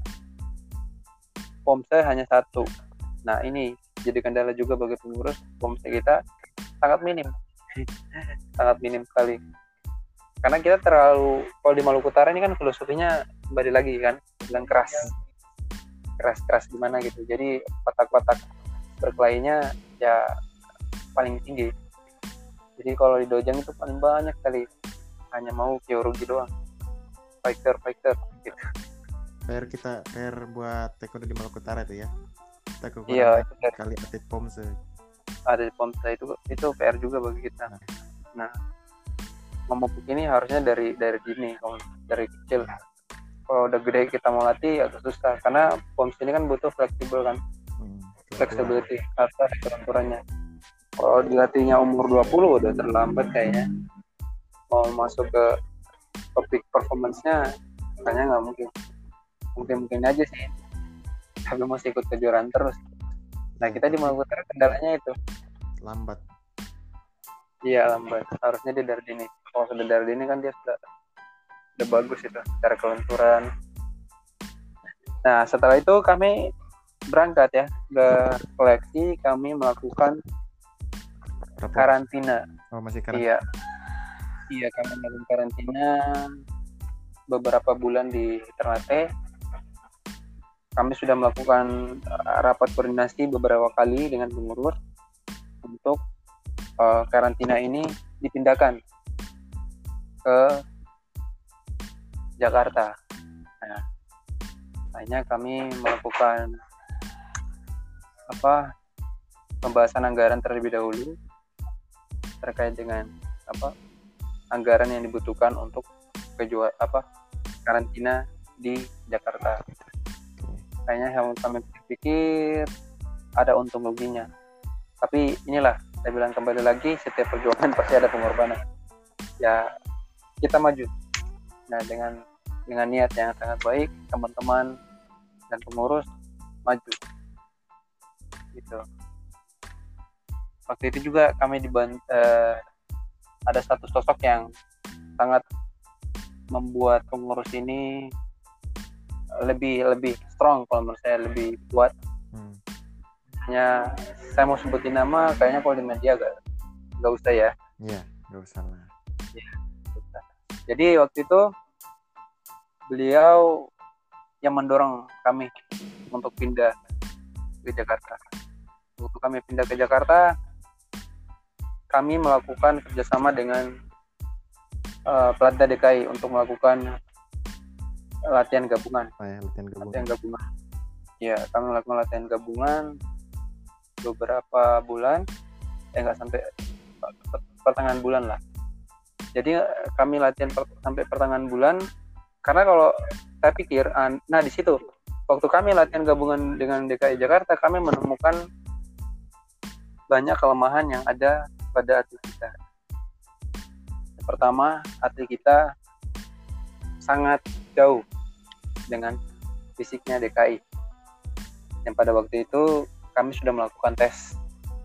POMSE hanya 1. Nah ini jadi kendala juga bagi pengurus. POMSE kita sangat minim sekali, karena kita terlalu, kalau di Maluku Utara ini kan filosofinya kembali lagi kan, bilang keras gimana gitu. Jadi kotak-kotak berkelainya ya paling tinggi. Jadi kalau di Dojang itu paling banyak kali, hanya mau Kyorugi doang, fighter gitu. PR buat taekwondo di Maluku Utara itu ya. Kita kekurangan Iya, kali atlet POMSE. Ada di POMSE itu PR juga bagi kita. Nah, memupuk ini harusnya dari dini, dari kecil. Kalau udah gede kita mau latih agak susah karena POMS ini kan butuh fleksibel kan, flexibility atas kelenturannya. Kalau dilatihnya umur 20 udah terlambat kayaknya. Mau masuk ke topik performance-nya kayaknya nggak mungkin. Mungkin aja sih, tapi masih ikut kejuaraan terus. Nah kita di Maluku Utara kendalanya itu lambat. Iya lambat. Harusnya dia dari dini. Kalau sudah dari dini kan dia sudah bagus itu secara kelenturan. Nah setelah itu kami berangkat ya ke koleksi, kami melakukan karantina. Oh masih karantina. Iya kami melakukan karantina beberapa bulan di Ternate. Kami sudah melakukan rapat koordinasi beberapa kali dengan pengurus untuk karantina ini dipindahkan ke Jakarta. Nah, akhirnya kami melakukan pembahasan anggaran terlebih dahulu terkait dengan anggaran yang dibutuhkan untuk karantina di Jakarta. Kayaknya yang kami pikir ada untung ruginya. Tapi inilah saya bilang kembali lagi, setiap perjuangan pasti ada pengorbanan. Ya kita maju. Nah dengan niat yang sangat baik, teman-teman dan pengurus maju. Gitu. Waktu itu juga kami ada satu sosok yang sangat membuat pengurus ini lebih strong, kalau menurut saya lebih kuat. Hanya saya mau sebutin nama, kayaknya kalau di media nggak usah ya. Iya, nggak usah lah. Ya, jadi waktu itu beliau yang mendorong kami untuk pindah ke Jakarta. Waktu kami pindah ke Jakarta, kami melakukan kerjasama dengan Platda DKI untuk melakukan latihan gabungan. Latihan gabungan. Ya, kami melakukan latihan gabungan beberapa bulan, nggak sampai pertengahan bulan lah. Jadi kami latihan sampai pertengahan bulan, karena kalau saya pikir, nah di situ waktu kami latihan gabungan dengan DKI Jakarta, kami menemukan banyak kelemahan yang ada pada atlet kita. Pertama, atlet kita sangat jauh dengan fisiknya DKI. Yang pada waktu itu kami sudah melakukan tes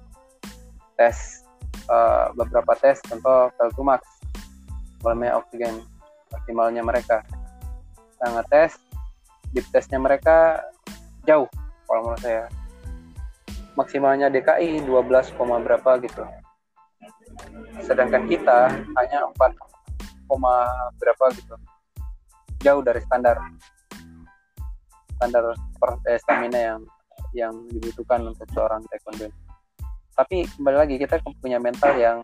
beberapa tes, contoh VO2 max, volume oksigen maksimalnya mereka. Sangat tes, deep testnya mereka jauh kalau menurut saya. Maksimalnya DKI 12, berapa gitu. Sedangkan kita hanya 4, berapa gitu. Jauh dari standar stamina yang dibutuhkan untuk seorang taekwondo. Tapi kembali lagi kita punya mental yang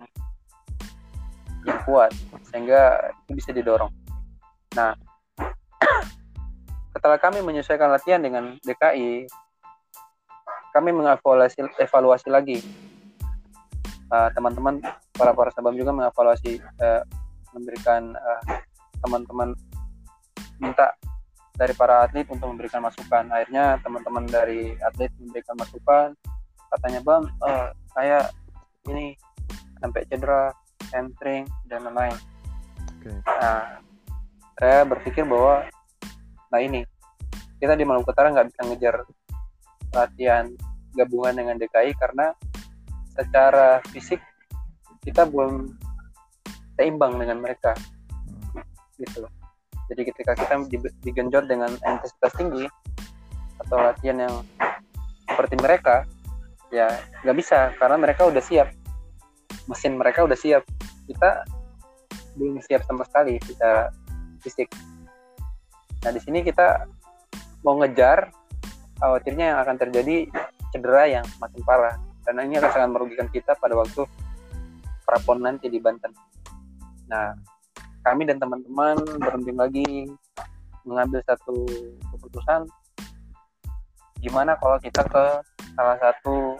kuat sehingga itu bisa didorong. Nah, setelah kami menyesuaikan latihan dengan DKI, kami mengevaluasi lagi. Teman-teman para sabam juga mengevaluasi, memberikan teman-teman minta dari para atlet untuk memberikan masukan. Akhirnya teman-teman dari atlet memberikan masukan, katanya Bang, saya ini sampai cedera hamstring dan lain-lain. Okay. Nah, saya berpikir bahwa ini kita di Maluku Utara nggak bisa ngejar latihan gabungan dengan DKI karena secara fisik kita belum seimbang dengan mereka, gitu. Jadi ketika kita digenjot dengan intensitas tinggi atau latihan yang seperti mereka, ya nggak bisa karena mereka udah siap, mesin mereka udah siap, kita belum siap sama sekali secara fisik. Nah di sini kita mau ngejar, khawatirnya yang akan terjadi cedera yang makin parah, dan ini akan sangat merugikan kita pada waktu prapon nanti di Banten. Nah kami dan teman-teman berunding lagi mengambil satu keputusan, gimana kalau kita ke salah satu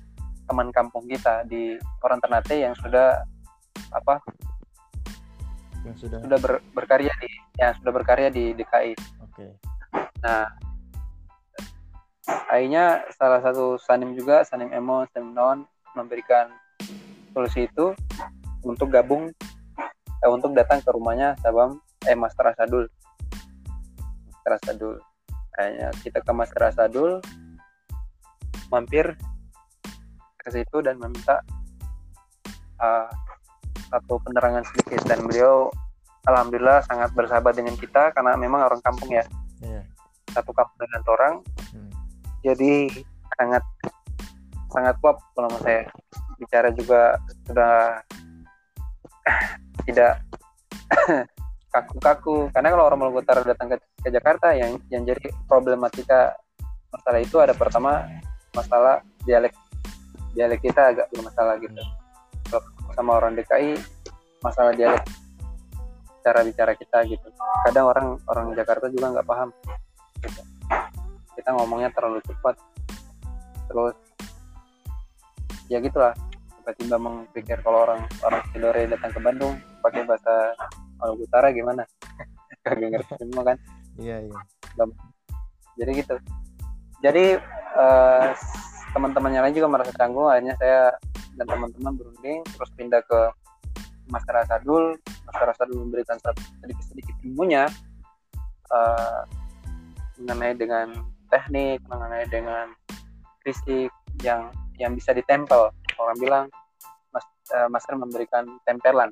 teman kampung kita di orang Ternate yang sudah yang sudah berkarya di DKI. Oke. Nah, akhirnya salah satu Sanim juga, Sanim Emo, Sanim Non memberikan solusi itu untuk gabung untuk datang ke rumahnya Master Asadul. Kayaknya kita ke Master Asadul, mampir ke situ dan meminta satu penerangan sedikit, dan beliau alhamdulillah sangat bersahabat dengan kita karena memang orang kampung ya. Iya. Satu kampung dengan orang. Jadi sangat klop kalau menurut saya. Bicara juga sudah tidak kaku-kaku, karena kalau orang Maluku Utara datang ke Jakarta yang jadi problematika masalah itu ada pertama masalah dialek kita agak bermasalah gitu. Kalau sama orang DKI masalah dialek cara bicara kita gitu, kadang orang Jakarta juga nggak paham gitu. Kita ngomongnya terlalu cepat, terus ya gitulah, tiba-tiba mengpikir kalau orang Tidore datang ke Bandung pakai bahasa Maluku Utara gimana. Kagak ngerti semua kan. Iya. Jadi gitu. Jadi teman-temannya lain juga merasa canggung. Akhirnya saya dan teman-teman berunding terus pindah ke Master Asadul. Master Asadul memberikan sedikit ilmunya mengenai dengan teknik, mengenai dengan fisik yang bisa ditempel. Orang bilang Master memberikan tempelan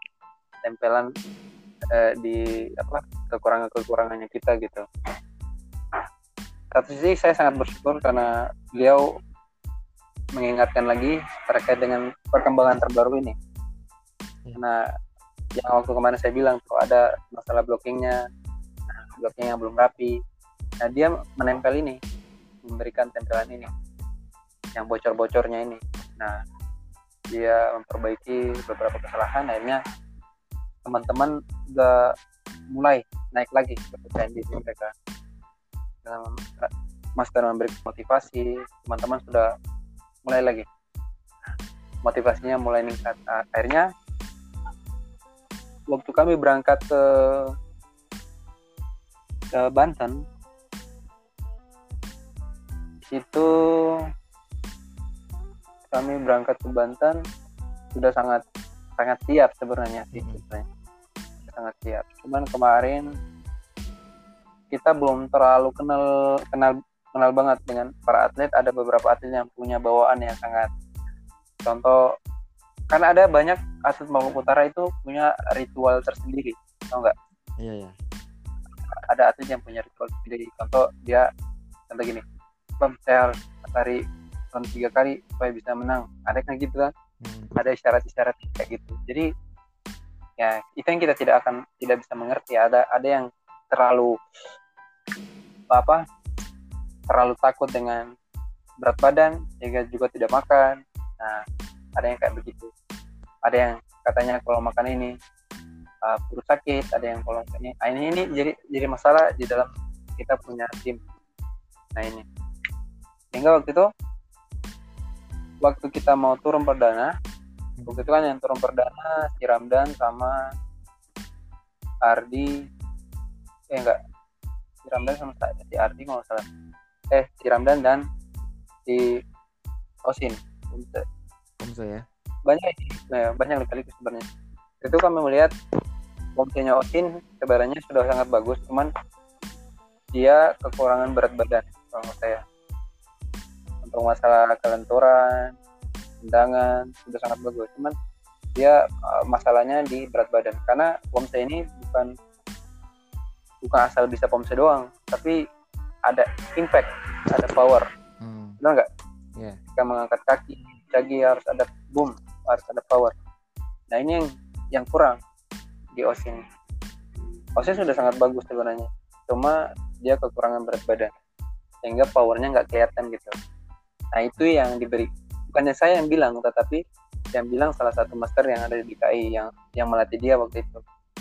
di kekurangannya kita gitu. Satu sisi saya sangat bersyukur karena beliau mengingatkan lagi terkait dengan perkembangan terbaru ini. Nah, yang waktu kemarin saya bilang tuh ada masalah blockingnya belum rapi. Nah, dia menempel ini, memberikan tempelan ini, yang bocor-bocornya ini. Nah, dia memperbaiki beberapa kesalahan. Akhirnya teman-teman udah mulai naik lagi kepercayaan diri mereka. Master memberi motivasi, teman-teman sudah mulai lagi, motivasinya mulai meningkat. Akhirnya waktu kami berangkat ke Banten itu, kami berangkat ke Banten sudah sangat siap sebenarnya sih, sangat siap. Cuman kemarin kita belum terlalu kenal banget dengan para atlet. Ada beberapa atlet yang punya bawaan yang sangat, contoh, karena ada banyak atlet Maluku Utara itu punya ritual tersendiri, tau nggak? Iya. Ada atlet yang punya ritual sendiri. Contoh gini, Bang, saya harus lari 3 kali supaya bisa menang. Ada kan gitu kan? Ada isyarat-isyarat kayak gitu. Jadi ya itu yang kita tidak bisa mengerti. Ada yang terlalu takut dengan berat badan sehingga juga tidak makan. Nah, ada yang kayak begitu. Ada yang katanya kalau makan ini perut sakit. Ada yang kalau ini jadi masalah di dalam kita punya tim. Nah ini, sehingga waktu kita mau turun perdana, waktu itu kan yang turun perdana si Ramdan sama Ardi, si Ramdan sama si Ardi kalau salah, si Ramdan dan si Osin, Pomse ya. Banyak kali sebenarnya. Itu kami melihat Pomsenya Osin sebenarnya sudah sangat bagus, cuman dia kekurangan berat badan kalau menurut saya. Untuk masalah kelenturan, tendangan sudah sangat bagus, cuman dia masalahnya di berat badan. Karena Pomse ini bukan asal bisa Pomse doang, tapi ada impact, ada power. Benar nggak? Yeah. Jika mengangkat kaki harus ada boom, harus ada power. Nah ini yang kurang di Osin. Osin sudah sangat bagus sebenarnya, cuma dia kekurangan berat badan sehingga powernya nggak kelihatan gitu. Nah itu yang diberi, bukannya saya yang bilang, tetapi yang bilang salah satu master yang ada di DKI yang melatih dia waktu itu.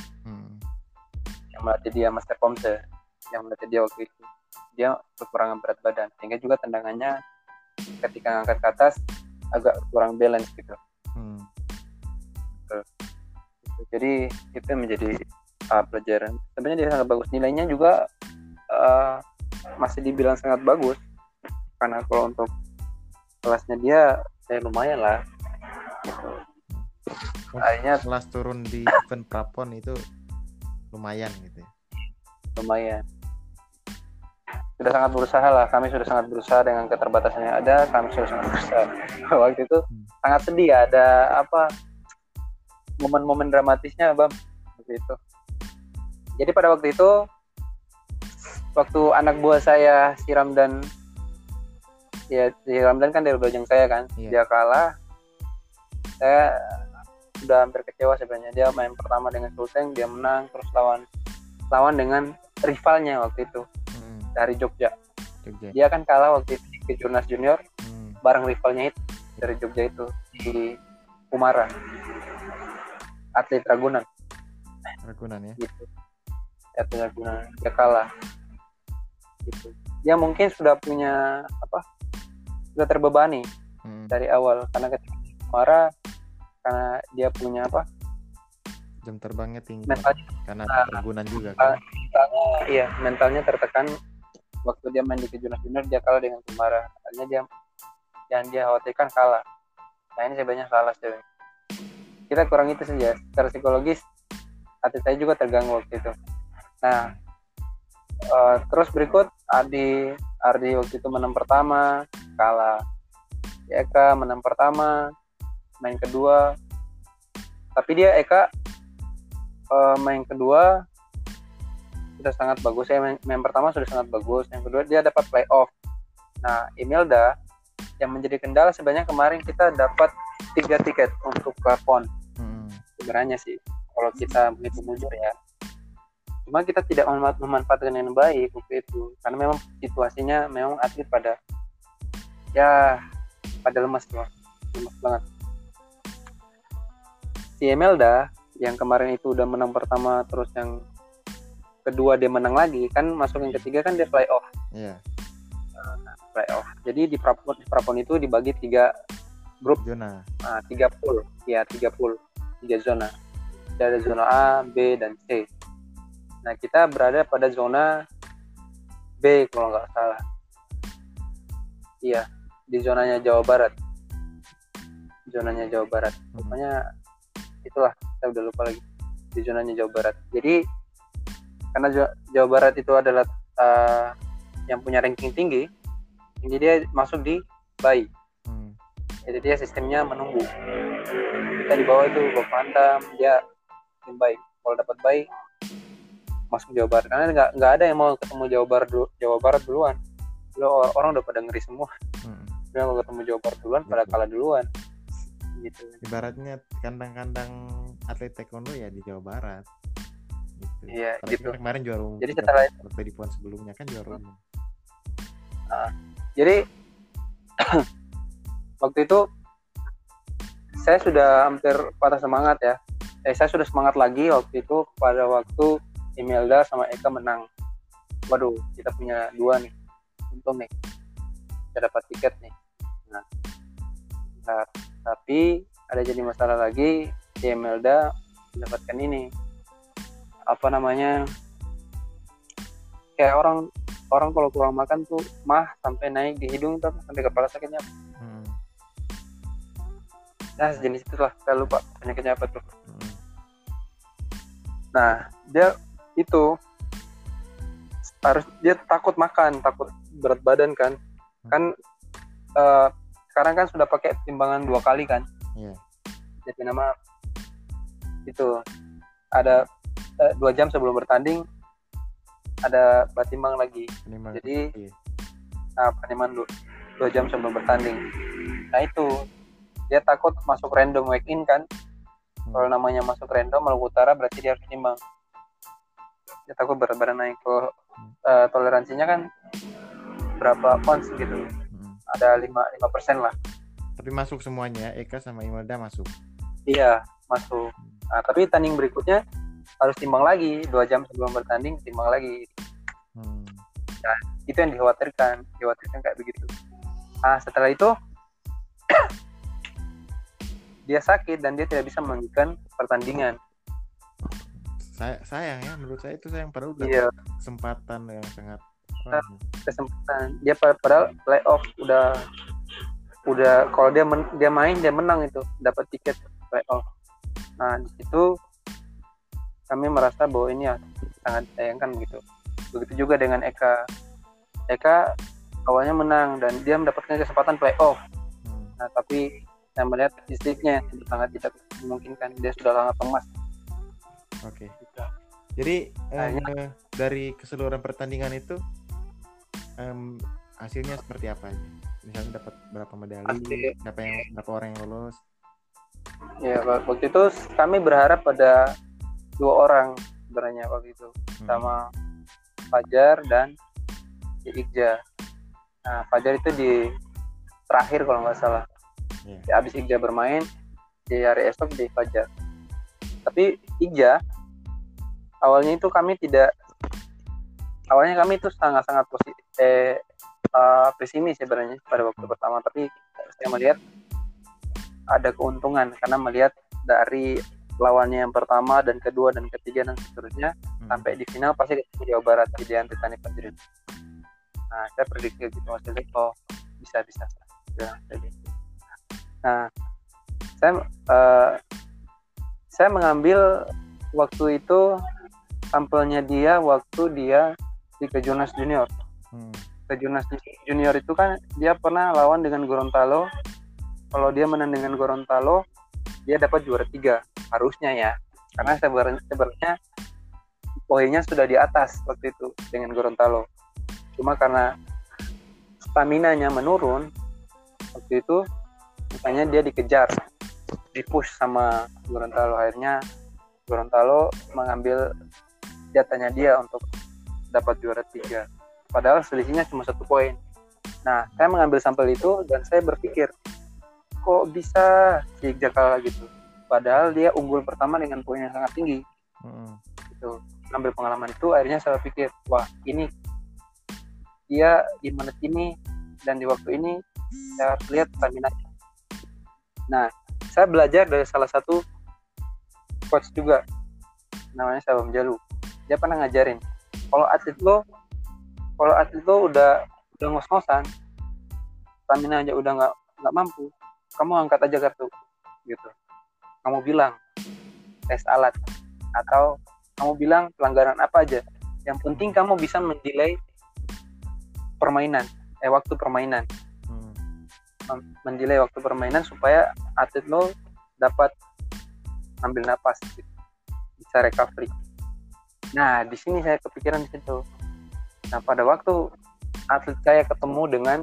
Yang melatih dia, Master Pomse yang melatih dia waktu itu, dia kekurangan berat badan sehingga juga tendangannya ketika ngangkat ke atas agak kurang balance gitu. Jadi itu yang menjadi pelajaran. Sebenarnya dia sangat bagus, nilainya juga masih dibilang sangat bagus, karena kalau untuk kelasnya dia lumayan lah gitu. Akhirnya kelas turun di event prapon itu lumayan gitu ya. Lumayan. Sudah sangat berusaha lah, kami sudah sangat berusaha dengan keterbatasan yang ada, kami sudah sangat berusaha. Waktu itu sangat sedih ya, ada momen-momen dramatisnya Bang waktu itu. Jadi pada waktu itu, waktu anak buah saya si Ramdan kan dari Bajang saya kan, dia kalah, saya sudah hampir kecewa sebenarnya. Dia main pertama dengan Sulteng, dia menang, terus lawan dengan rivalnya waktu itu dari Jogja. Dia kan kalah waktu itu di Kejurnas Junior bareng rivalnya itu dari Jogja itu di Umara, atlet Ragunan ya gitu. Atlet Ragunan, dia kalah gitu. Dia mungkin sudah punya sudah terbebani dari awal, karena ketika di Umara, karena dia punya jam terbangnya tinggi karena Ragunan juga kan. Mentalnya tertekan waktu dia main di Kejurnas Junior, dia kalah dengan Umara. Akhirnya dia khawatirkan kalah. Nah ini sebenarnya salah sih. Kita kurang itu saja. Secara psikologis hati saya juga terganggu waktu itu. Nah terus berikut Ardi waktu itu menang pertama, kalah. Eka menang pertama, main kedua. Tapi dia Eka main kedua sudah sangat bagus. Main pertama sudah sangat bagus. Yang kedua dia dapat playoff. Nah Imelda yang menjadi kendala sebenarnya kemarin kita dapat 3 tiket untuk plafon. Sebenarnya sih kalau kita begitu jujur ya. Cuma kita tidak memanfaatkan yang baik waktu itu, karena memang situasinya memang atlet pada lemas banget. Si Imelda yang kemarin itu udah menang pertama, terus yang kedua dia menang lagi, kan masuk yang ketiga kan dia playoff. Playoff. Jadi di prapon itu dibagi 3 grup zona. 3 pool. 3 zona. Ada zona A, B, dan C. Nah kita berada pada zona B kalau nggak salah. Iya, di zonanya Jawa Barat. Pokoknya itulah, saya udah lupa lagi. Di zonanya Jawa Barat. Jadi karena Jawa Barat itu adalah yang punya ranking tinggi, jadi dia masuk di BAI. Jadi dia sistemnya menunggu. Kita di bawah itu bawa hantam, dia tim BAI. Kalau dapat BAI masuk Jawa Barat, karena nggak ada yang mau ketemu Jawa Barat duluan. Orang udah pada ngeri semua. Dia mau ketemu Jawa Barat duluan, pada kalah duluan. Gitu. Ibaratnya kandang-kandang atlet taekwondo ya di Jawa Barat. Gitu. Iya, gitu. Kan kemarin juara umum. Jadi setelah di PON sebelumnya kan juara umum. Jadi waktu itu saya sudah hampir patah semangat ya. Saya sudah semangat lagi waktu itu pada waktu Imelda sama Eka menang. Waduh, kita punya 2 nih. Untung nih. Kita dapat tiket nih. Nah, tapi ada jadi masalah lagi. Imelda mendapatkan ini. Kayak orang kalau kurang makan tuh sampai naik di hidung tuh, sampai kepala sakitnya. Nah sejenis itulah, saya lupa penyakitnya apa tuh. Nah dia takut makan, takut berat badan kan. Sekarang kan sudah pakai timbangan 2 kali kan. Jadi nama itu ada 2 jam sebelum bertanding ada batimbang lagi. Jadi penimbangan 2 jam sebelum bertanding. Nah itu dia takut masuk random weigh in kan. Kalau namanya masuk random Maluku Utara berarti dia harus timbang. Dia takut berat badan naik. Kalau toleransinya kan berapa ons gitu. Ada 5% lah. Tapi masuk semuanya, Eka sama Imelda masuk. Iya, masuk. Nah, tapi tanding berikutnya harus timbang lagi, 2 jam sebelum bertanding timbang lagi. Nah, itu yang dikhawatirkan kayak begitu. Nah, setelah itu dia sakit dan dia tidak bisa melanjutkan pertandingan. sayang ya, menurut saya itu sayang, padahal udah Iya, kesempatan yang sangat kesempatan dia padahal playoff udah kalau dia main dia menang itu dapat tiket playoff. Nah di situ kami merasa bahwa ini ya sangat disayangkan gitu. Begitu juga dengan Eka awalnya menang dan dia mendapatkan kesempatan playoff. Nah tapi saya melihat fisiknya sangat tidak memungkinkan, dia sudah sangat lemas. Oke. Gitu. Jadi Akhirnya, dari keseluruhan pertandingan itu hasilnya seperti apa aja? Misalnya dapat berapa medali, berapa orang yang lolos? ya waktu itu kami berharap pada 2 orang sebenarnya waktu itu, sama Fajar dan Iqja. Nah Fajar itu di terakhir kalau nggak salah. Habis Iqja bermain di hari esok di Fajar. Tapi Iqja awalnya kami itu sangat-sangat pesimis sebenarnya pada waktu pertama, tapi saya melihat ada keuntungan karena melihat dari lawannya yang pertama dan kedua dan ketiga dan seterusnya sampai di final pasti ketemu Jawa Barat di Titanic Fajrin. Nah saya prediksi gitu, maksudnya bisa ya, nah saya mengambil waktu itu sampelnya dia waktu dia di Kejurnas Junior. Kejurnas Junior itu kan dia pernah lawan dengan Gorontalo. Kalau dia menang dengan Gorontalo, dia dapat juara 3 harusnya ya. Karena sebenarnya poinnya sudah di atas waktu itu dengan Gorontalo. Cuma karena stamina-nya menurun waktu itu, makanya dia dikejar, dipush sama Gorontalo. Akhirnya Gorontalo mengambil jatahnya dia untuk dapat juara 3. Padahal selisihnya cuma 1 poin. Nah, saya mengambil sampel itu dan saya berpikir, kok bisa si Iqja kalah gitu. Padahal dia unggul pertama dengan poin yang sangat tinggi. Gitu. Ambil pengalaman itu, akhirnya saya pikir, wah ini dia di menit ini dan di waktu ini saya harus lihat stamina-nya. Nah, saya belajar dari salah satu coach juga, namanya Sabam Jalu. Dia pernah ngajarin, kalau atlet lo udah ngos-ngosan, stamina aja udah nggak mampu, kamu angkat aja kartu gitu. Kamu bilang tes alat atau kamu bilang pelanggaran apa aja, yang penting kamu bisa menilai waktu permainan. Mendelay waktu permainan supaya atlet lo dapat ambil napas gitu, bisa recovery. Nah di sini saya kepikiran di situ. Nah pada waktu atlet saya ketemu dengan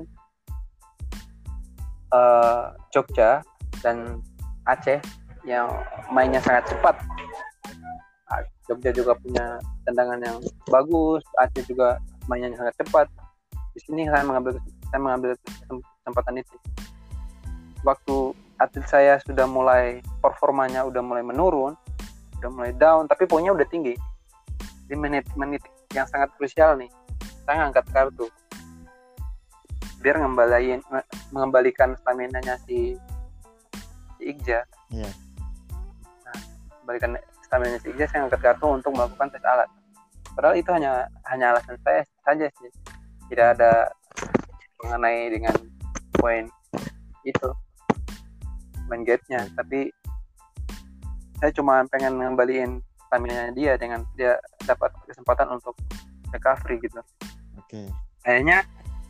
Jogja dan Aceh yang mainnya sangat cepat, Jogja juga punya tendangan yang bagus, Aceh juga mainnya sangat cepat. Di sini saya mengambil kesempatan itu. Waktu atlet saya sudah mulai performanya udah mulai menurun, udah mulai down, tapi poinnya udah tinggi. Di menit-menit yang sangat krusial nih, saya ngangkat kartu biar mengembalikan stamina-nya si Iqja. Nah, kembalikan stamina si Iqja, saya ngangkat kartu untuk melakukan tes alat. Padahal itu hanya alasan saya saja sih, tidak ada mengenai dengan poin itu main gate-nya, tapi saya cuma pengen ngembaliin stamina dia dengan dia dapat kesempatan untuk recovery gitu. Kayaknya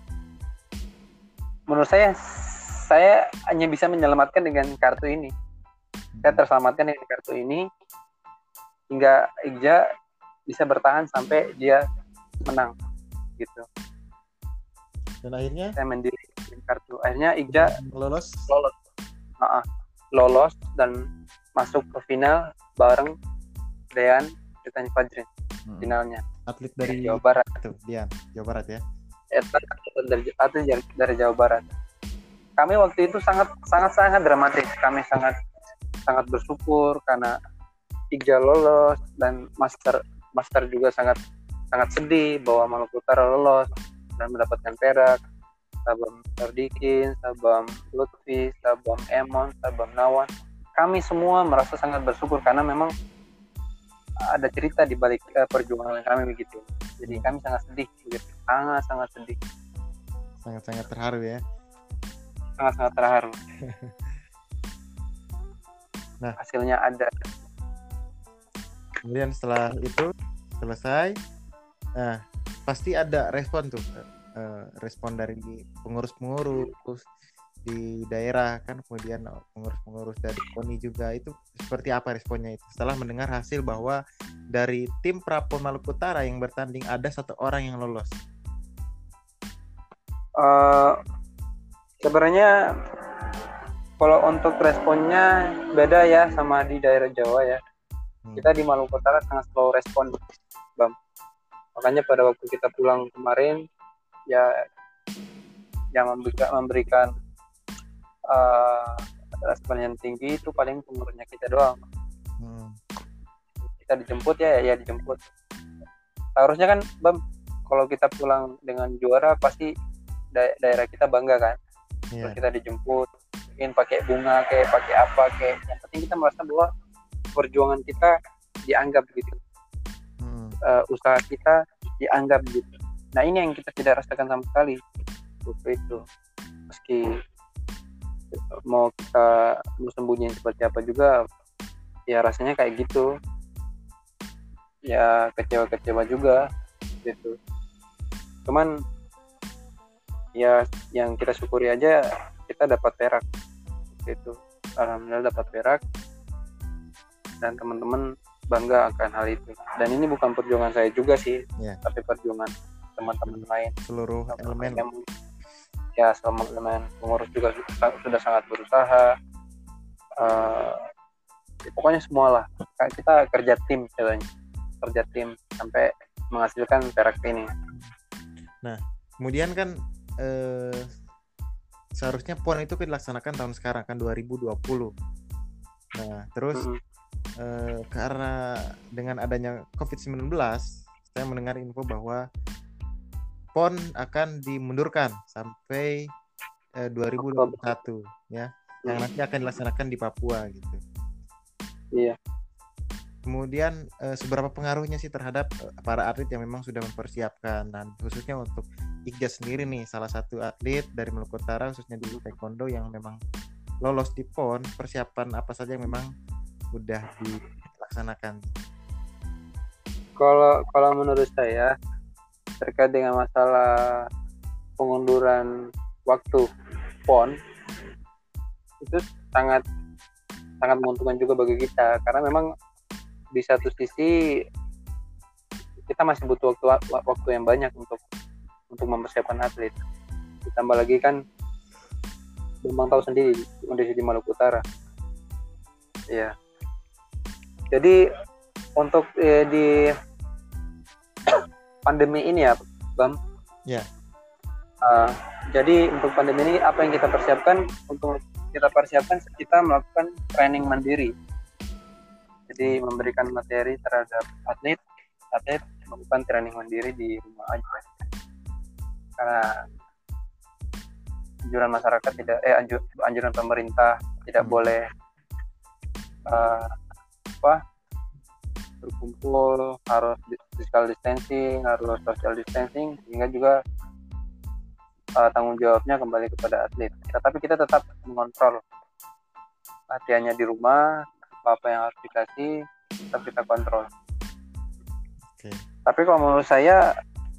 menurut saya hanya bisa menyelamatkan dengan kartu ini. Saya terselamatkan dengan kartu ini hingga Iqja bisa bertahan sampai dia menang gitu. Dan akhirnya saya mendiri kartu. Akhirnya Iqja lolos dan masuk ke final bareng Dean Titanic Fajrin. Finalnya atlet dari Jawa Barat itu, Jawa Barat ya. Atlet dari Jawa Barat. Kami waktu itu sangat dramatis. Kami sangat bersyukur karena Iqja lolos dan Master juga sangat sedih bahwa Maluku Utara lolos dan mendapatkan perak. Sabam Sardikin, Sabam Lutfi, Sabam Emon, Sabam Nawan. Kami semua merasa sangat bersyukur karena memang ada cerita di balik perjuangan kami begitu. Jadi kami sangat sedih begitu. Sangat sedih. Sangat-sangat terharu ya. Sangat terharu. Nah, hasilnya ada. Kemudian setelah itu selesai, nah pasti ada respon tuh, respon dari pengurus-pengurus di daerah kan, kemudian pengurus-pengurus dari KONI juga. Itu seperti apa responnya itu setelah mendengar hasil bahwa dari tim Prapon Maluku Utara yang bertanding ada 1 orang yang lolos? Sebenarnya kalau untuk responnya beda ya sama di daerah Jawa ya. Kita di Maluku Utara sangat slow respon, Bam. Makanya pada waktu kita pulang kemarin ya yang memberikan respon yang tinggi itu paling pengurusnya kita doang. Kita dijemput ya dijemput. Seharusnya kan, Bam, kalau kita pulang dengan juara pasti daerah kita bangga kan. Terus kita dijemput, mungkin pakai bunga kayak pakai apa kayak, yang penting kita merasa bahwa perjuangan kita dianggap gitu. Usaha kita dianggap gitu. Nah, ini yang kita tidak rasakan sama sekali waktu itu. Meski mau kita sembunyiin seperti apa juga, ya rasanya kayak gitu. Ya kecewa juga gitu. Cuman ya yang kita syukuri aja kita dapat perak gitu. Alhamdulillah dapat perak dan teman-teman bangga akan hal itu. Dan ini bukan perjuangan saya juga sih, tapi perjuangan teman-teman lain, seluruh elemen ya, sama elemen pengurus juga sudah sangat berusaha. Pokoknya semualah kita kerja tim sampai menghasilkan perak ini. Nah, kemudian kan seharusnya PON itu dilaksanakan tahun sekarang kan 2020. Nah, terus karena dengan adanya COVID-19, saya mendengar info bahwa PON akan dimundurkan sampai 2021 ya, yang nanti akan dilaksanakan di Papua gitu. Iya. Kemudian seberapa pengaruhnya sih terhadap para atlet yang memang sudah mempersiapkan, dan khususnya untuk Iqja sendiri nih, salah satu atlet dari Maluku Utara khususnya di taekwondo yang memang lolos di PON, persiapan apa saja yang memang udah dilaksanakan? Kalau menurut saya terkait dengan masalah pengunduran waktu PON itu sangat menguntungkan juga bagi kita, karena memang di satu sisi kita masih butuh waktu yang banyak untuk mempersiapkan atlet. Ditambah lagi kan Bambang tahu sendiri kondisi di Maluku Utara. Ya. Jadi untuk di pandemi ini ya, Bam. Ya. Jadi untuk pandemi ini apa yang kita persiapkan? Kita melakukan training mandiri. Jadi memberikan materi terhadap atlet melakukan training mandiri di rumah aja. Karena anjuran masyarakat anjuran pemerintah tidak boleh berkumpul, harus physical distancing, harus social distancing, sehingga juga tanggung jawabnya kembali kepada atlet. Tetapi kita tetap mengontrol latihannya di rumah, apa yang harus dikasih tetap kita kontrol. Okay. Tapi kalau menurut saya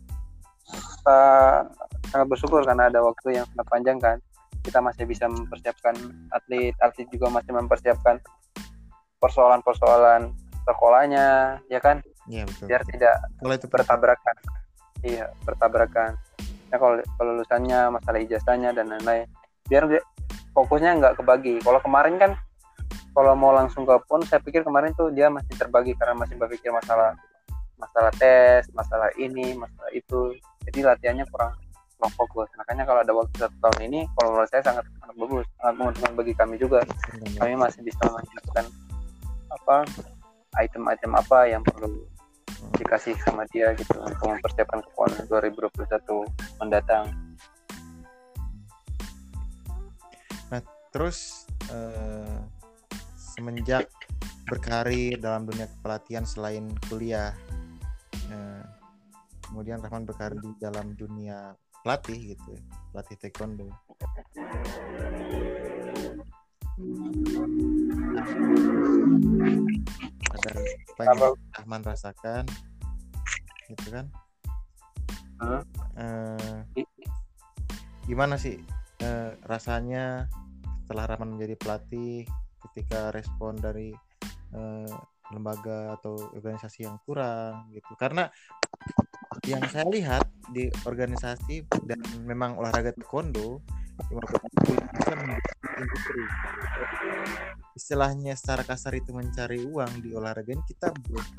sangat bersyukur karena ada waktu yang sangat panjang kan, kita masih bisa mempersiapkan atlet juga masih mempersiapkan persoalan sekolahnya, ya kan? Iya, betul. Biar tidak bertabrakan. Iya, bertabrakan. Nah, kalau lulusannya, masalah ijazahnya dan lain-lain, biar fokusnya nggak kebagi. Kalau kemarin kan kalau mau langsung ke PON, saya pikir kemarin tuh dia masih terbagi karena masih berpikir masalah tes, masalah ini, masalah itu. Jadi latihannya kurang fokus. Makanya kalau ada waktu 1 tahun ini, kalau menurut saya sangat bagus, sangat menguntungkan bagi kami juga. Kami masih bisa menyiapkan item-item apa yang perlu dikasih sama dia gitu untuk mempersiapkan ke PON 2021 mendatang. Nah, terus semenjak berkarir dalam dunia kepelatihan selain kuliah. Kemudian Rahman berkarir di dalam dunia pelatih gitu, pelatih taekwondo. Ada apa yang Rahman rasakan gitu kan? Gimana sih rasanya setelah Rahman menjadi pelatih ketika respon dari lembaga atau organisasi yang kurang gitu? Karena yang saya lihat di organisasi dan memang olahraga taekwondo bisa menjadi industri. Istilahnya secara kasar itu mencari uang di olahraga ini kita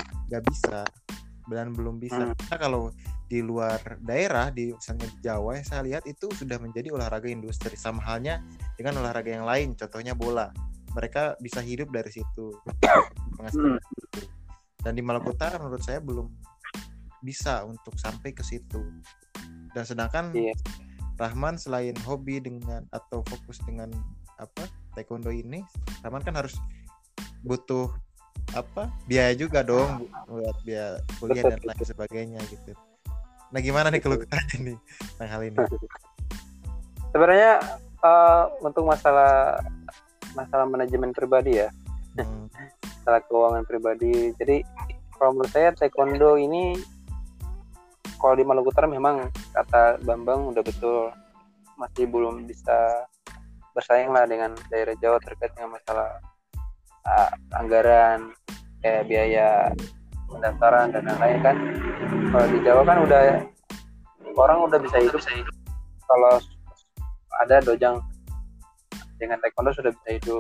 belum bisa. Karena kalau di luar daerah, misalnya di Jawa yang saya lihat itu sudah menjadi olahraga industri, sama halnya dengan olahraga yang lain, contohnya bola. Mereka bisa hidup dari situ, menghasilkan itu. Dan di Maluku Utara menurut saya belum bisa untuk sampai ke situ. Dan sedangkan Rahman selain hobi dengan atau fokus dengan taekwondo ini, Rahman kan harus butuh biaya juga dong buat biaya kuliah dan lain sebagainya gitu. Nah, gimana nih kalau nih tentang hal ini? Sebenarnya untuk masalah manajemen pribadi ya, masalah keuangan pribadi. Jadi kalau menurut saya taekwondo ini kalau di Maluku Utara memang kata Bambang udah betul, masih belum bisa bersaing lah dengan daerah Jawa terkait dengan masalah anggaran, kayak biaya pendaftaran dan lain-lain kan. Kalau di Jawa kan orang udah bisa hidup. Kalau ada dojang dengan taekwondo sudah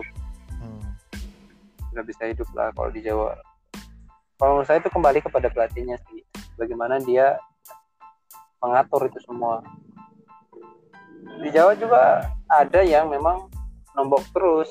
bisa hidup lah kalau di Jawa. Kalau menurut saya itu kembali kepada pelatihnya sih, bagaimana dia mengatur itu semua. Di Jawa juga ada yang memang nombok terus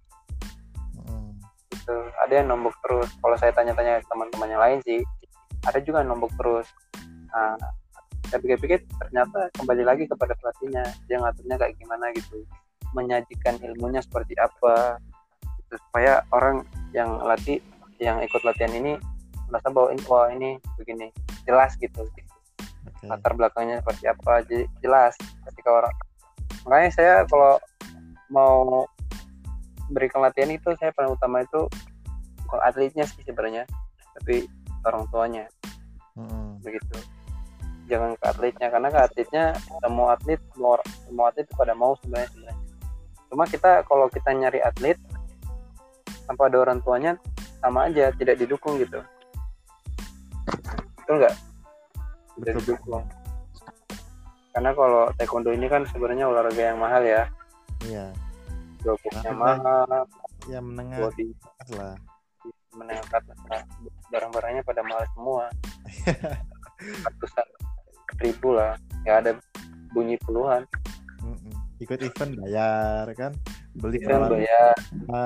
gitu. Ada yang nombok terus. Kalau saya tanya-tanya teman-teman yang lain sih, ada juga yang nombok terus. Nah, saya pikir-pikir ternyata kembali lagi kepada pelatihnya, dia ngaturnya kayak gimana gitu, menyajikan ilmunya seperti apa gitu, supaya orang yang ikut latihan ini merasa bahwa ini begini, jelas gitu. Latar belakangnya seperti apa, jelas ketika orang. Makanya saya kalau mau berikan latihan itu, saya paling utama itu bukan atletnya sih sebenarnya, tapi orang tuanya. Begitu. Jangan ke atletnya, karena ke atletnya semua atlet itu pada mau sebenarnya. Cuma kalau kita nyari atlet tanpa ada orang tuanya, sama aja tidak didukung gitu. Betul nggak? Tidak didukung. Karena kalau taekwondo ini kan sebenarnya olahraga yang mahal ya. Iya. Dropboxnya mahal. Ya menengah lah. Menengah ke atas lah. Barang-barangnya pada mahal semua. Ratusan ribu lah. Ya ada bunyi puluhan. Ikut event bayar kan. Beli event bayar.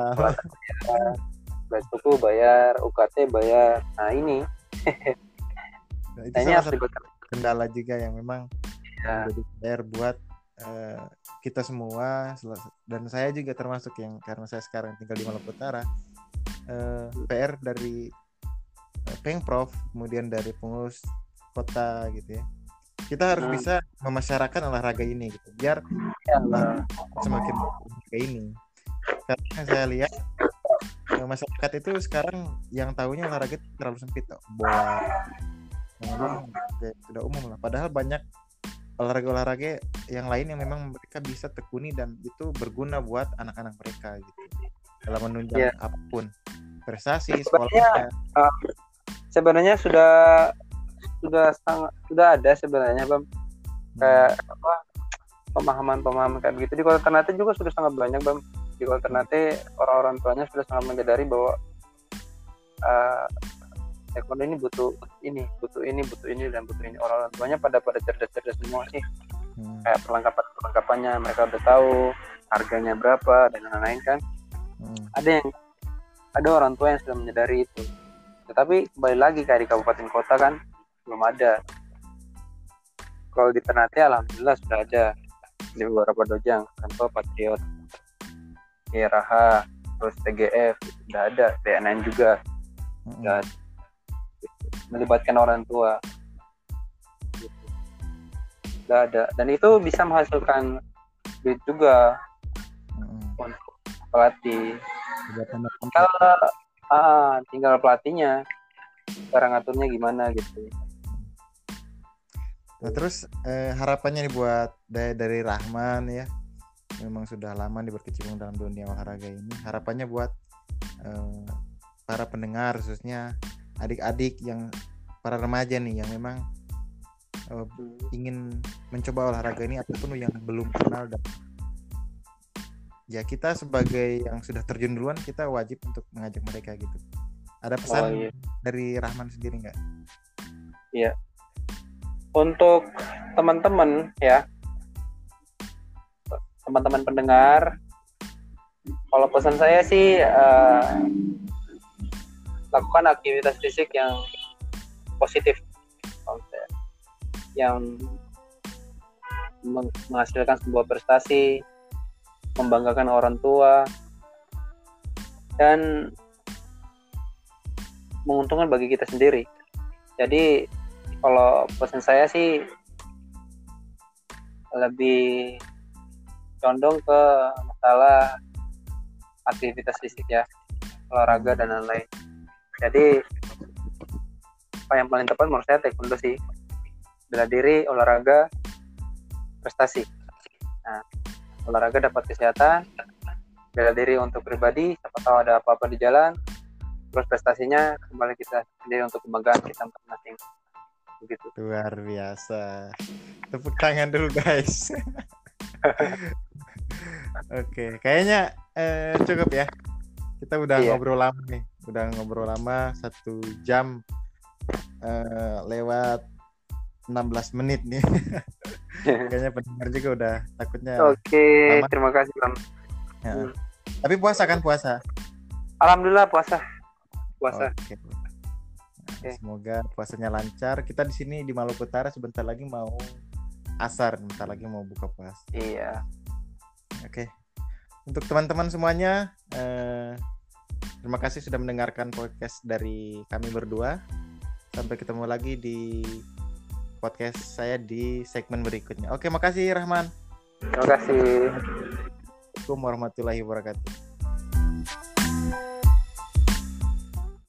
Belas suku bayar. UKT bayar. Nah ini. Itu salah satu kendala juga yang memang menjadi PR buat kita semua, dan saya juga termasuk yang karena saya sekarang tinggal di Maluku Utara, PR dari Pemprov, kemudian dari pengurus kota gitu ya. Kita harus bisa memasyarakat olahraga ini gitu, biar semakin olahraga ini. Karena saya lihat masyarakat itu sekarang yang tahunya olahraga itu terlalu sempit, bola memang sudah umum lah. Padahal banyak olahraga yang lain yang memang mereka bisa tekuni dan itu berguna buat anak-anak mereka gitu dalam menunjang apapun prestasi sekolahnya. Sebenarnya sudah ada sebenarnya Bang, kayak pemahaman kayak begitu. Di Kota Ternate juga sudah sangat banyak Bang. Di Kota Ternate orang-orang tuanya sudah sangat menyadari bahwa taekwondo ini butuh ini dan butuh ini. Orang tuanya pada cerdas semua sih. Kayak perlengkapannya mereka udah tahu, harganya berapa dan lain-lain kan. Ada orang tua yang sudah menyadari itu. Tetapi kembali lagi kayak di kabupaten kota kan belum ada. Kalau di Ternate alhamdulillah sudah ada di beberapa dojang, contoh Patriot, Raha, terus TGF udah ada, BNN juga udah melibatkan orang tua gitu. Udah ada, dan itu bisa menghasilkan duit juga untuk pelatih. Tinggal pelatihnya cara ngaturnya gimana gitu. Nah terus harapannya nih buat dari Rahman ya, memang sudah lama berkecimpung dalam dunia olahraga ini, harapannya buat para pendengar, khususnya adik-adik yang para remaja nih yang memang ingin mencoba olahraga ini ataupun yang belum kenal, dan ya kita sebagai yang sudah terjun duluan kita wajib untuk mengajak mereka gitu. Ada pesan dari Rahman sendiri nggak? Iya. Untuk teman-teman ya, teman-teman pendengar, kalau pesan saya sih lakukan aktivitas fisik yang positif, yang menghasilkan sebuah prestasi, membanggakan orang tua, dan menguntungkan bagi kita sendiri. Jadi kalau pesan saya sih lebih condong ke masalah aktivitas fisik ya, olahraga dan lain-lain. Jadi apa yang paling tepat menurut saya taekwondo sih, bela diri, olahraga, prestasi. Nah, olahraga dapat kesehatan, bela diri untuk pribadi, siapa tahu ada apa-apa di jalan, terus prestasinya kembali kita sendiri untuk kebanggaan kita masing-masing. Begitu. Luar biasa. Tepuk tangan dulu guys. Oke, kayaknya cukup ya. Kita udah ngobrol lama nih. Udah ngobrol lama 1 jam lewat 16 menit nih. Kayaknya pendengar juga udah takutnya. Oke, terima kasih Bang. Ya. Tapi puasa kan, puasa? Alhamdulillah puasa. Oke. Semoga puasanya lancar. Kita di sini di Maluku Utara sebentar lagi mau asar, bentar lagi mau buka puasa. Iya. Oke. Untuk teman-teman semuanya, terima kasih sudah mendengarkan podcast dari kami berdua. Sampai ketemu lagi di podcast saya di segmen berikutnya. Oke, makasih Rahman. Terima kasih. Assalamualaikum warahmatullahi wabarakatuh.